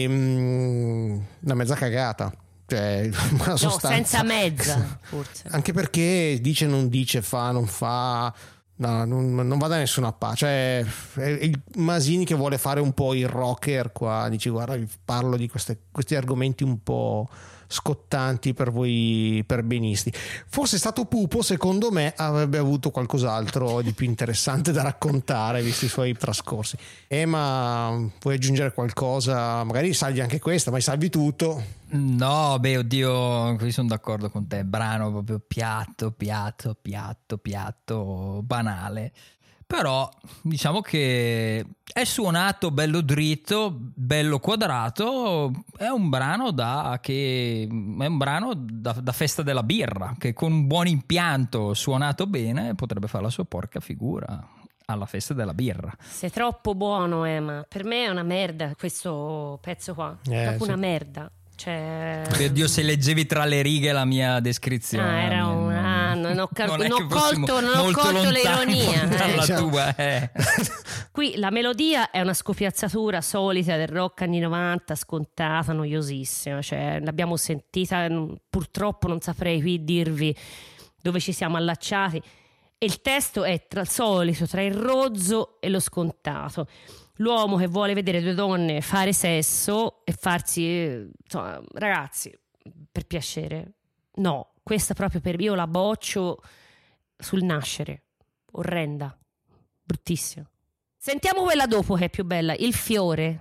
mh, una mezza cagata. Cioè, una sostanza. No, senza mezza forse. Anche perché dice non dice, fa non fa, no, non, non va da nessuna parte, cioè è il Masini che vuole fare un po' il rocker qua, dici guarda parlo di queste, questi argomenti un po' scottanti per voi perbenisti. Fosse stato Pupo, secondo me avrebbe avuto qualcos'altro di più interessante da raccontare visti i suoi trascorsi. Eh, ma vuoi aggiungere qualcosa? Magari salvi anche questa, ma salvi tutto. No, beh, oddio, qui sono d'accordo con te. Brano proprio piatto, piatto, piatto, piatto, banale. Però diciamo che è suonato bello dritto, bello quadrato, è un brano da che è un brano da, da festa della birra, che con un buon impianto suonato bene potrebbe fare la sua porca figura alla festa della birra. Sei troppo buono, Emma. Per me è una merda questo pezzo qua, eh, proprio sì. una merda. Cioè... Dio, se leggevi tra le righe la mia descrizione. Ah, era un... ah, non ho, cal- non non ho colto, non ho molto colto l'ironia. dalla Eh. tua, eh. Qui la melodia è una scopiazzatura solita del rock anni novanta, scontata, noiosissima. Cioè, l'abbiamo sentita, purtroppo non saprei qui dirvi dove ci siamo allacciati. E il testo è tra il solito, tra il rozzo e lo scontato. L'uomo che vuole vedere due donne fare sesso e farsi, insomma, ragazzi, per piacere. No, questa proprio per io la boccio sul nascere. Orrenda, bruttissima. Sentiamo quella dopo che è più bella, Il fiore.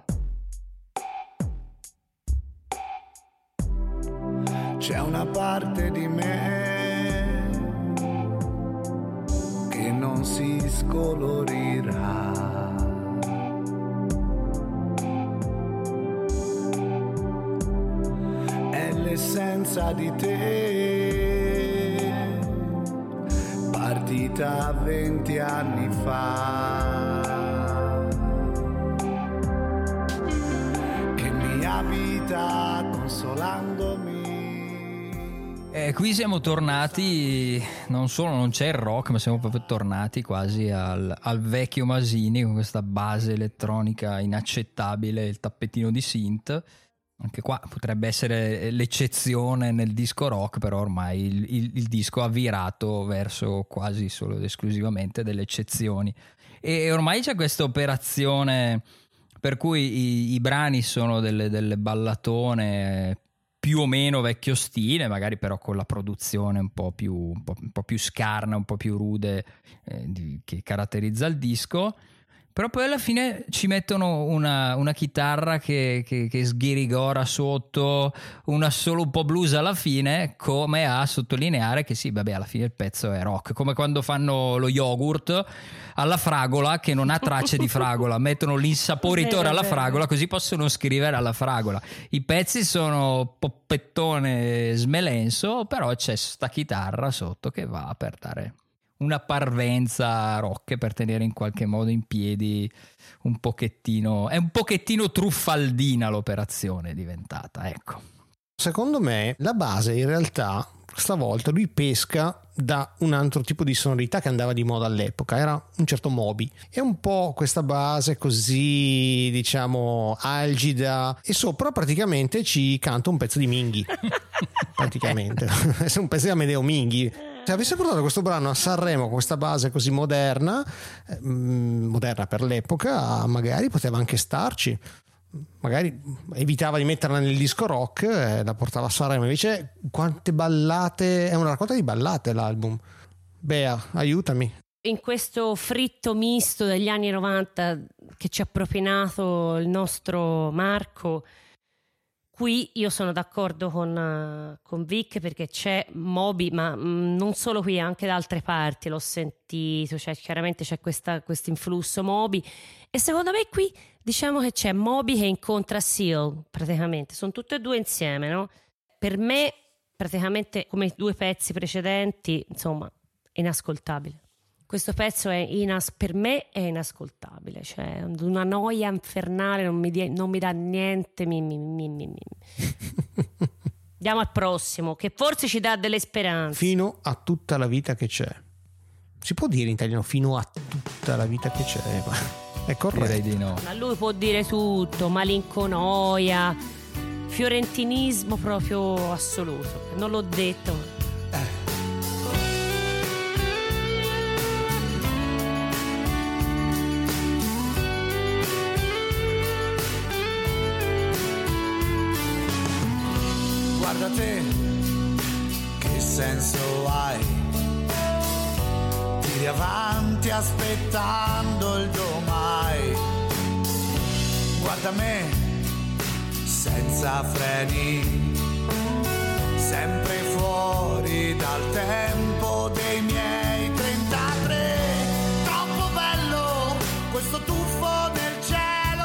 C'è una parte di me che non si scolorirà. È l'essenza di te, partita venti anni fa, che mi abita consolandomi. Eh, qui siamo tornati, non solo non c'è il rock, ma siamo proprio tornati quasi al, al vecchio Masini con questa base elettronica inaccettabile, il tappetino di synth. Anche qua potrebbe essere l'eccezione nel disco rock, però ormai il, il, il disco ha virato verso quasi solo ed esclusivamente delle eccezioni. E ormai c'è questa operazione per cui i, i brani sono delle, delle ballatone più o meno vecchio stile, magari però con la produzione un po' più, un po', un po' più scarna, un po' più rude eh, di, che caratterizza il disco. Però poi alla fine ci mettono una, una chitarra che, che, che sghirigora sotto, una solo un po' blues alla fine, come a sottolineare che sì, vabbè, alla fine il pezzo è rock. Come quando fanno lo yogurt alla fragola che non ha tracce di fragola, mettono l'insaporitore alla fragola così possono scrivere alla fragola. I pezzi sono poppettone smelenso, però c'è sta chitarra sotto che va per dare una parvenza rock, per tenere in qualche modo in piedi un pochettino, è un pochettino truffaldina l'operazione diventata, ecco. Secondo me la base in realtà stavolta lui pesca da un altro tipo di sonorità che andava di moda all'epoca, era un certo Moby, è un po' questa base così diciamo algida e sopra praticamente ci canta un pezzo di Minghi praticamente è un pezzo di Amedeo Minghi, Se avesse portato questo brano a Sanremo con questa base così moderna, eh, moderna per l'epoca, magari poteva anche starci. Magari evitava di metterla nel disco rock e la portava a Sanremo. Invece quante ballate, è una raccolta di ballate l'album. Bea, aiutami. In questo fritto misto degli anni novanta che ci ha propinato il nostro Marco, qui io sono d'accordo con, con Vic, perché c'è Moby, ma mh, non solo qui, anche da altre parti l'ho sentito, cioè chiaramente c'è questo influsso Moby, e secondo me qui diciamo che c'è Moby che incontra Seal, praticamente sono tutte e due insieme, no? Per me praticamente come i due pezzi precedenti, insomma, inascoltabile. Questo pezzo è inas- per me è inascoltabile, cioè una noia infernale, non mi, di- non mi dà niente. Mi, mi, mi, mi, mi. Andiamo al prossimo, che forse ci dà delle speranze. Fino a tutta la vita che c'è. Si può dire in italiano fino a tutta la vita che c'è? È corretto. Direi di no. Ma lui può dire tutto, malinconoia, fiorentinismo proprio assoluto. Non l'ho detto, ma... Guarda te, che senso hai? Tiri avanti aspettando il domani. Guarda me, senza freni, sempre fuori dal tempo dei miei trentatré. Troppo bello questo tuffo nel cielo.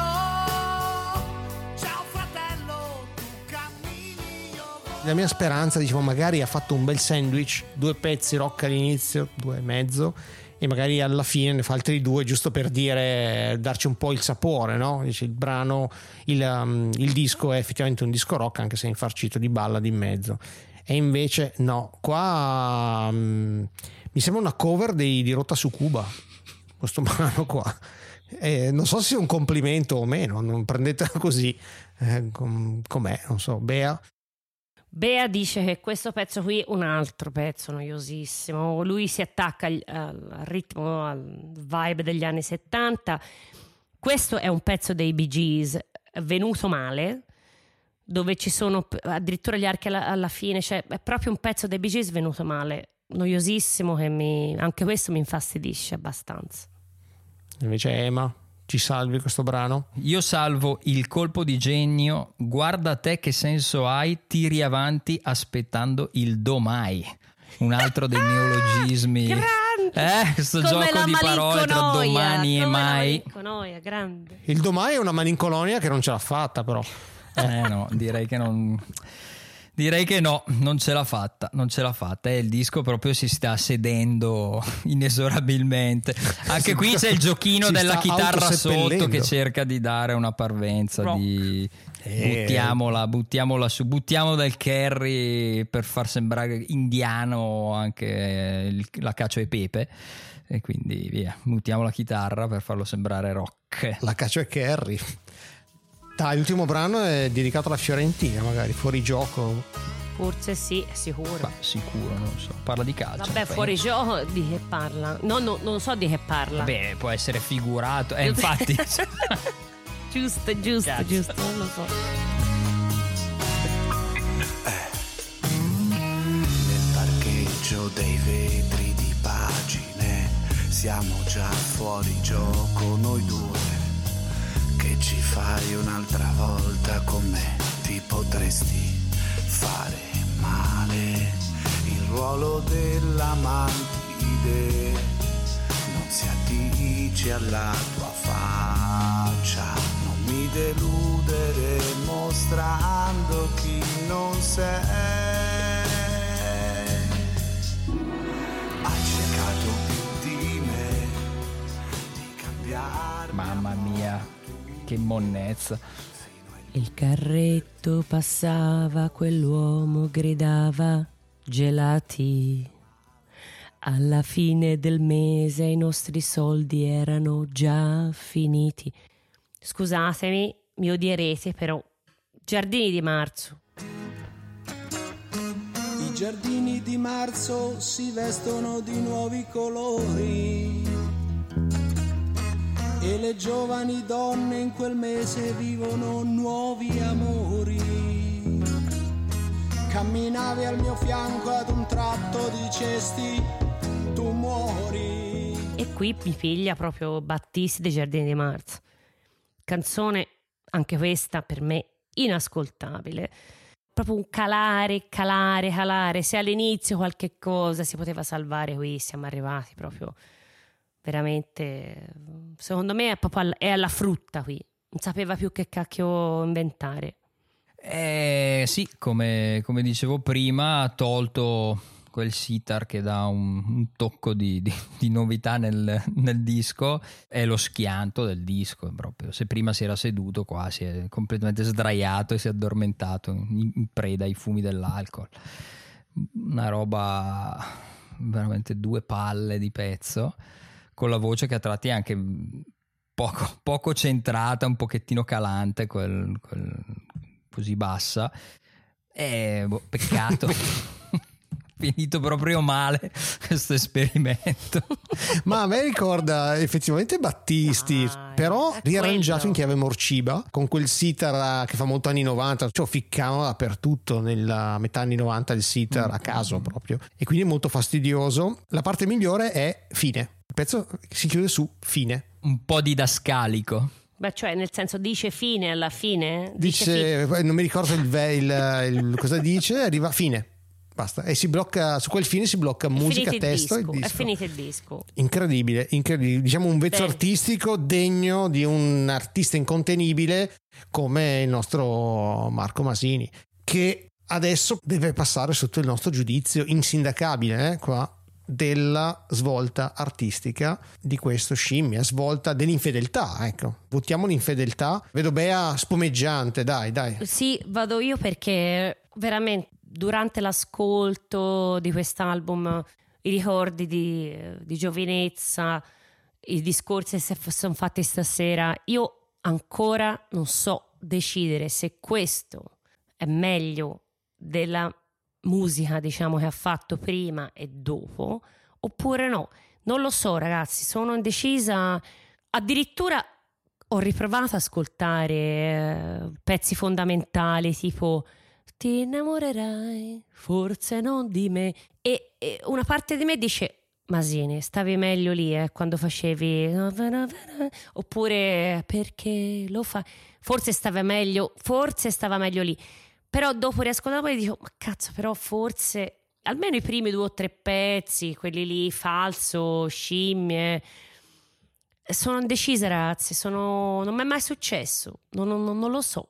Ciao fratello, tu cammini, io voglio. La mia speranza, dicevo, magari ha fatto un bel sandwich, due pezzi rock all'inizio, due e mezzo, e magari alla fine ne fa altri due, giusto per dire, darci un po' il sapore, no? Dice, il brano, il, um, il disco è effettivamente un disco rock, anche se è infarcito di ballad in mezzo. E invece no, qua um, mi sembra una cover dei, di Rotta su Cuba, questo brano qua. Eh, non so se sia un complimento o meno, non prendetela così eh, com- com'è, non so. Bea? Bea dice che questo pezzo qui è un altro pezzo noiosissimo, lui si attacca al, al ritmo, al vibe degli anni settanta. Questo è un pezzo dei Bee Gees venuto male, dove ci sono addirittura gli archi alla, alla fine, cioè è proprio un pezzo dei Bee Gees venuto male, noiosissimo, che mi, anche questo mi infastidisce abbastanza. Invece Ema, ci salvi questo brano? Io salvo il colpo di genio. Guarda te che senso hai, tiri avanti aspettando il domai. Un altro dei neologismi. Grande! Eh, questo Come gioco la di parole tra malinconoia, domani e come la mai. malinconoia, grande. Il domani è una malincolonia che non ce l'ha fatta, però. Eh no, direi che non... Direi che no, non ce l'ha fatta, non ce l'ha fatta. E il disco proprio si sta sedendo inesorabilmente. Anche qui c'è il giochino si della sta chitarra sotto autoseppellendo. che cerca di dare una parvenza Rock. di Eh. buttiamola, buttiamola su, buttiamo del Kerry per far sembrare indiano anche il- la cacio e pepe. E quindi via, buttiamo la chitarra per farlo sembrare rock. La caccia è Kerry. Dai, l'ultimo brano è dedicato alla Fiorentina, magari fuori gioco. Forse sì, sicuro. Ma sicuro, non lo so. Parla di calcio. Vabbè, penso. fuori gioco di che parla? No, no, non so di che parla. Beh, può essere figurato. Eh, infatti. Giusto, giusto, Cazzo. giusto, non lo so. Nel parcheggio dei vetri di pagine siamo già fuori gioco noi due. Che ci fai un'altra volta con me? Ti potresti fare male. Il ruolo dell'amantide non si addice alla tua faccia. Non mi deludere mostrando chi non sei. Hai cercato più di me di cambiare. Mamma mia, che monnezza. Il carretto passava, quell'uomo gridava gelati. Alla fine del mese i nostri soldi erano già finiti. Scusatemi, mi odierete, però Giardini di Marzo. I giardini di marzo si vestono di nuovi colori e le giovani donne in quel mese vivono nuovi amori. Camminavi al mio fianco, ad un tratto dicesti tu muori. E qui mi piglia proprio Battisti dei Giardini di Marzo. Canzone, anche questa per me inascoltabile. Proprio un calare, calare, calare. Se all'inizio qualche cosa si poteva salvare, qui siamo arrivati proprio veramente, secondo me è proprio alla, è alla frutta qui. Non sapeva più che cacchio inventare. Eh, sì, come, come dicevo prima, ha tolto quel sitar che dà un, un tocco di, di, di novità nel, nel disco. È lo schianto del disco proprio. Se prima si era seduto, qua si è completamente sdraiato e si è addormentato in, in preda ai fumi dell'alcol. Una roba veramente due palle di pezzo, con la voce che a tratti è anche poco, poco centrata, un pochettino calante, quel, quel così bassa. Eh, boh, peccato. Finito proprio male questo esperimento. Ma a me ricorda effettivamente Battisti, ah, però riarrangiato quello. in chiave Morciba, con quel sitar che fa molto anni novanta, cioè ficcano dappertutto nella metà anni novanta il sitar a caso proprio, e quindi è molto fastidioso. La parte migliore è fine, il pezzo si chiude su fine, un po' didascalico. Beh, cioè nel senso dice fine alla fine? dice, fine. non mi ricordo il, il, il cosa dice, arriva fine. Basta, e si blocca su quel fine, si blocca musica, testo disco, e disco. È finito il disco. Incredibile, incredibile. Diciamo un vezzo Beh. artistico degno di un artista incontenibile come il nostro Marco Masini, che adesso deve passare sotto il nostro giudizio insindacabile, eh, qua, della svolta artistica di questo scimmia, svolta dell'infedeltà, ecco. Votiamo l'infedeltà. Vedo Bea spumeggiante, dai, dai. Sì, vado io perché veramente durante l'ascolto di quest'album i ricordi di, di giovinezza, i discorsi che si sono fatti stasera, io ancora non so decidere se questo è meglio della musica, diciamo, che ha fatto prima e dopo, oppure no. Non lo so, ragazzi, sono indecisa. Addirittura ho riprovato ad ascoltare eh, pezzi fondamentali tipo ti innamorerai, forse non di me, e, e una parte di me dice Masini, stavi meglio lì eh, quando facevi, oppure perché lo fai, forse stava meglio, forse stava meglio lì, però dopo riascoltando poi dico ma cazzo, però forse almeno i primi due o tre pezzi, quelli lì falso, scimmie, sono indecisa, ragazzi, sono, non mi è mai successo, non, non, non lo so.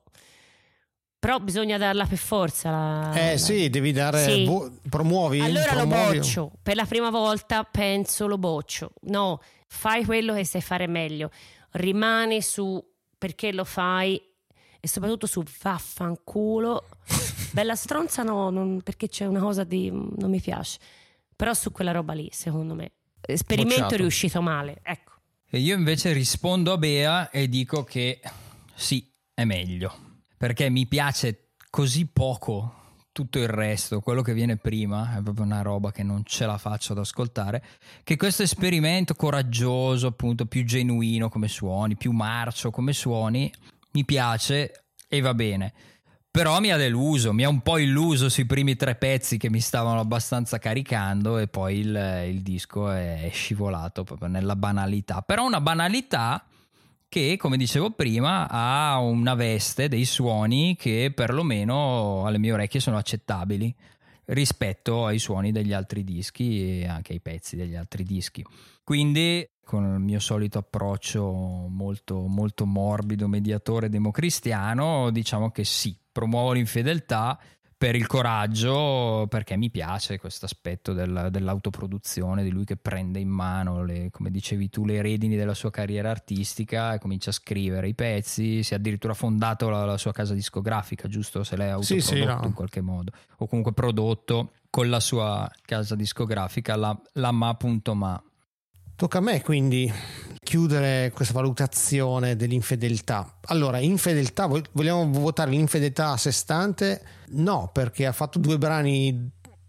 Però bisogna darla per forza. La, Eh la... sì, devi dare. Sì. Vo- promuovi. Allora promuovi. lo boccio. Per la prima volta penso lo boccio. No, fai quello che sai fare meglio. Rimani su perché lo fai e soprattutto su vaffanculo. Bella stronza no, non, perché c'è una cosa di non mi piace. Però su quella roba lì, secondo me, esperimento Bocciato. è riuscito male. Ecco. E io invece rispondo a Bea e dico che sì, è meglio. Perché mi piace così poco tutto il resto, quello che viene prima è proprio una roba che non ce la faccio ad ascoltare, che questo esperimento coraggioso, appunto più genuino come suoni, più marcio come suoni, mi piace e va bene. Però mi ha deluso, mi ha un po' illuso sui primi tre pezzi che mi stavano abbastanza caricando e poi il, il disco è scivolato proprio nella banalità. Però una banalità che, come dicevo prima, ha una veste dei suoni che perlomeno alle mie orecchie sono accettabili rispetto ai suoni degli altri dischi e anche ai pezzi degli altri dischi. Quindi, con il mio solito approccio molto, molto morbido, mediatore democristiano, diciamo che sì, promuovo l'infedeltà per il coraggio, perché mi piace questo aspetto del, dell'autoproduzione, di lui che prende in mano, le, come dicevi tu, le redini della sua carriera artistica e comincia a scrivere i pezzi. Si è addirittura fondato la, la sua casa discografica, giusto? Se l'è autoprodotto sì, sì, no. in qualche modo, o comunque prodotto con la sua casa discografica, la, la Ma.Ma. Tocca a me quindi chiudere questa valutazione dell'infedeltà. Allora, infedeltà, vogliamo votare l'infedeltà a sé stante? No, perché ha fatto due brani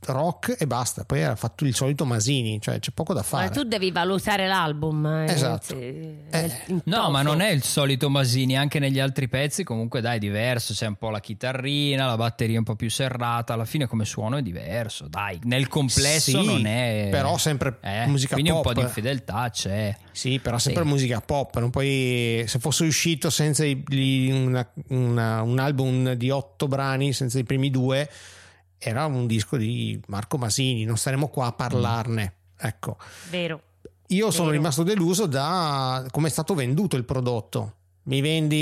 rock e basta. Poi ha fatto il solito Masini, cioè c'è poco da fare. Ma tu devi valutare l'album. Eh, esatto. eh, eh, no, ma non è il solito Masini, anche negli altri pezzi comunque dai, è diverso, c'è un po' la chitarrina, la batteria un po' più serrata, alla fine come suono è diverso, dai, nel complesso sì, non è, però sempre eh, musica quindi pop, un po' di infedeltà c'è. Sì, però sempre sì. musica pop, non puoi, se fosse uscito senza i, una, una, un album di otto brani, senza i primi due, era un disco di Marco Masini, non staremo qua a parlarne, ecco. Vero. Io sono Vero. rimasto deluso da come è stato venduto il prodotto. Mi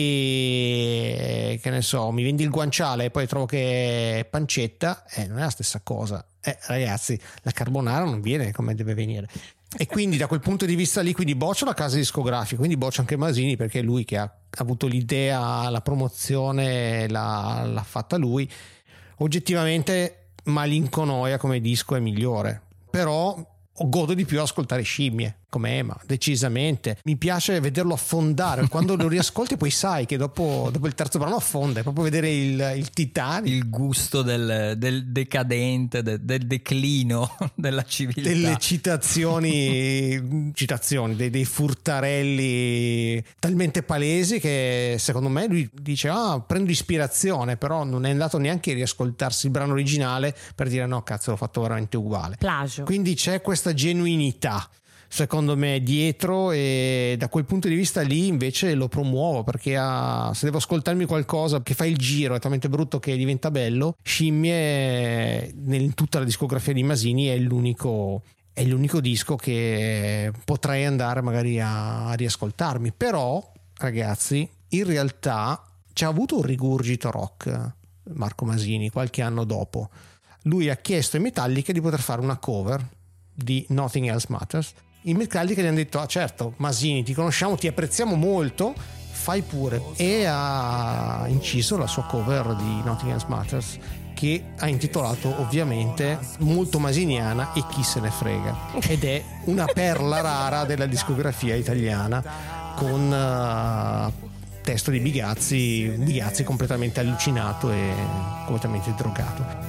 vendi, che ne so, mi vendi il guanciale e poi trovo che è pancetta, eh, non è la stessa cosa. Eh, ragazzi, la carbonara non viene come deve venire. E quindi da quel punto di vista lì, quindi boccio la casa discografica, quindi boccio anche Masini, perché è lui che ha avuto l'idea, la promozione l'ha, l'ha fatta lui. Oggettivamente Malinconoia come disco è migliore, però godo di più ascoltare Scimmie come Ema, decisamente. Mi piace vederlo affondare quando lo riascolti, poi sai che dopo, dopo il terzo brano affonda, è proprio vedere il, il Titanic, il gusto del, del decadente, del, del declino della civiltà, delle citazioni citazioni dei, dei furtarelli talmente palesi che secondo me lui dice ah prendo ispirazione, però non è andato neanche a riascoltarsi il brano originale per dire no cazzo l'ho fatto veramente uguale, plagio. Quindi c'è questa genuinità secondo me dietro, e da quel punto di vista lì invece lo promuovo, perché ha, se devo ascoltarmi qualcosa che fa il giro è talmente brutto che diventa bello, Scimmie in tutta la discografia di Masini è l'unico è l'unico disco che potrei andare magari a, a riascoltarmi. Però ragazzi, in realtà c'ha avuto un rigurgito rock Marco Masini qualche anno dopo. Lui ha chiesto ai Metallica di poter fare una cover di Nothing Else Matters. I Metallica gli hanno detto ah certo Masini, ti conosciamo, ti apprezziamo molto, fai pure, e ha inciso la sua cover di Nothing Else Matters, che ha intitolato ovviamente molto masiniana E chi se ne frega, ed è una perla rara della discografia italiana, con uh, testo di Bigazzi, Bigazzi completamente allucinato e completamente drogato.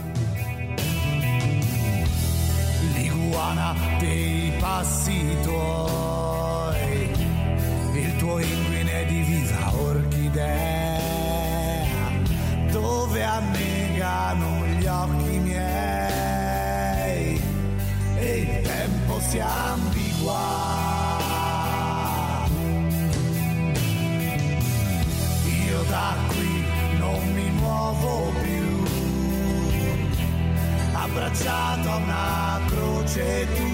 L'iguana dei passi tuoi, il tuo inguine di viva orchidea, dove annegano gli occhi miei e il tempo si ambigua. Io da qui non mi muovo più, abbracciato a una croce tu,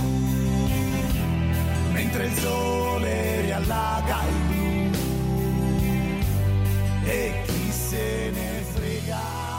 mentre il sole riallaga il blu e chi se ne frega.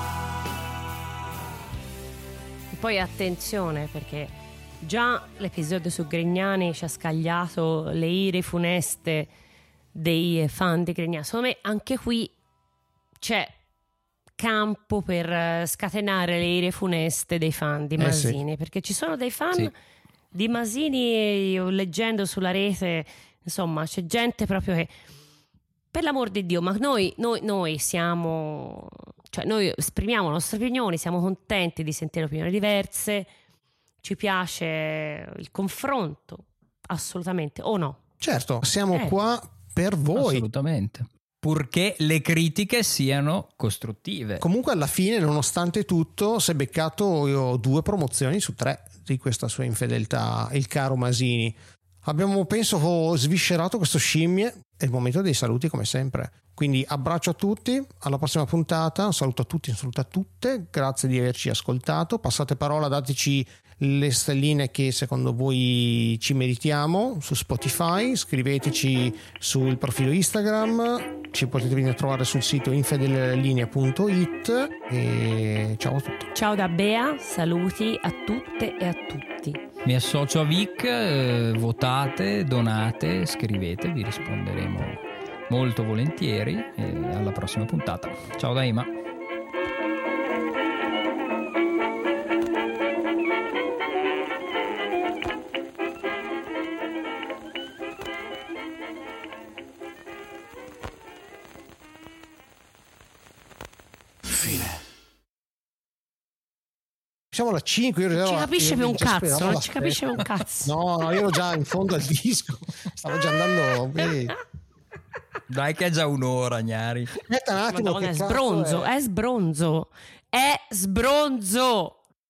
E poi attenzione, perché già l'episodio su Grignani ci ha scagliato le ire funeste dei fan di Grignani. Secondo me anche qui c'è campo per scatenare le ire funeste dei fan di Masini, eh sì. Perché ci sono dei fan sì. di Masini, e io leggendo sulla rete, insomma, c'è gente proprio che, per l'amor di Dio, ma noi, noi, noi siamo, cioè noi esprimiamo le nostre opinioni, siamo contenti di sentire opinioni diverse, ci piace il confronto, assolutamente, o no? Certo, siamo eh. qua per voi. Assolutamente. Purché le critiche siano costruttive. Comunque alla fine, nonostante tutto, si è beccato io, due promozioni su tre di questa sua infedeltà, il caro Masini. Abbiamo, penso, sviscerato questo Scimmie. È il momento dei saluti come sempre. Quindi abbraccio a tutti, alla prossima puntata. Un saluto a tutti, un saluto a tutte. Grazie di averci ascoltato. Passate parola, dateci le stelline che secondo voi ci meritiamo su Spotify, scriveteci sul profilo Instagram, ci potete venire a trovare sul sito infedellinea punto it e ciao a tutti. Ciao da Bea, saluti a tutte e a tutti. Mi associo a Vic, eh, votate, donate, scrivete, vi risponderemo molto volentieri, e alla prossima puntata. Ciao da Ema. facciamo la cinque. Io non ci ero- capisce io più un già cazzo, speravo non la ci capisce più un sette. cazzo. No, no, io ero già in fondo al disco. Stavo già andando. eh. Dai che è già un'ora, Gnari. Aspetta un attimo. Madonna, che è cazzo sbronzo, è? è sbronzo, è sbronzo.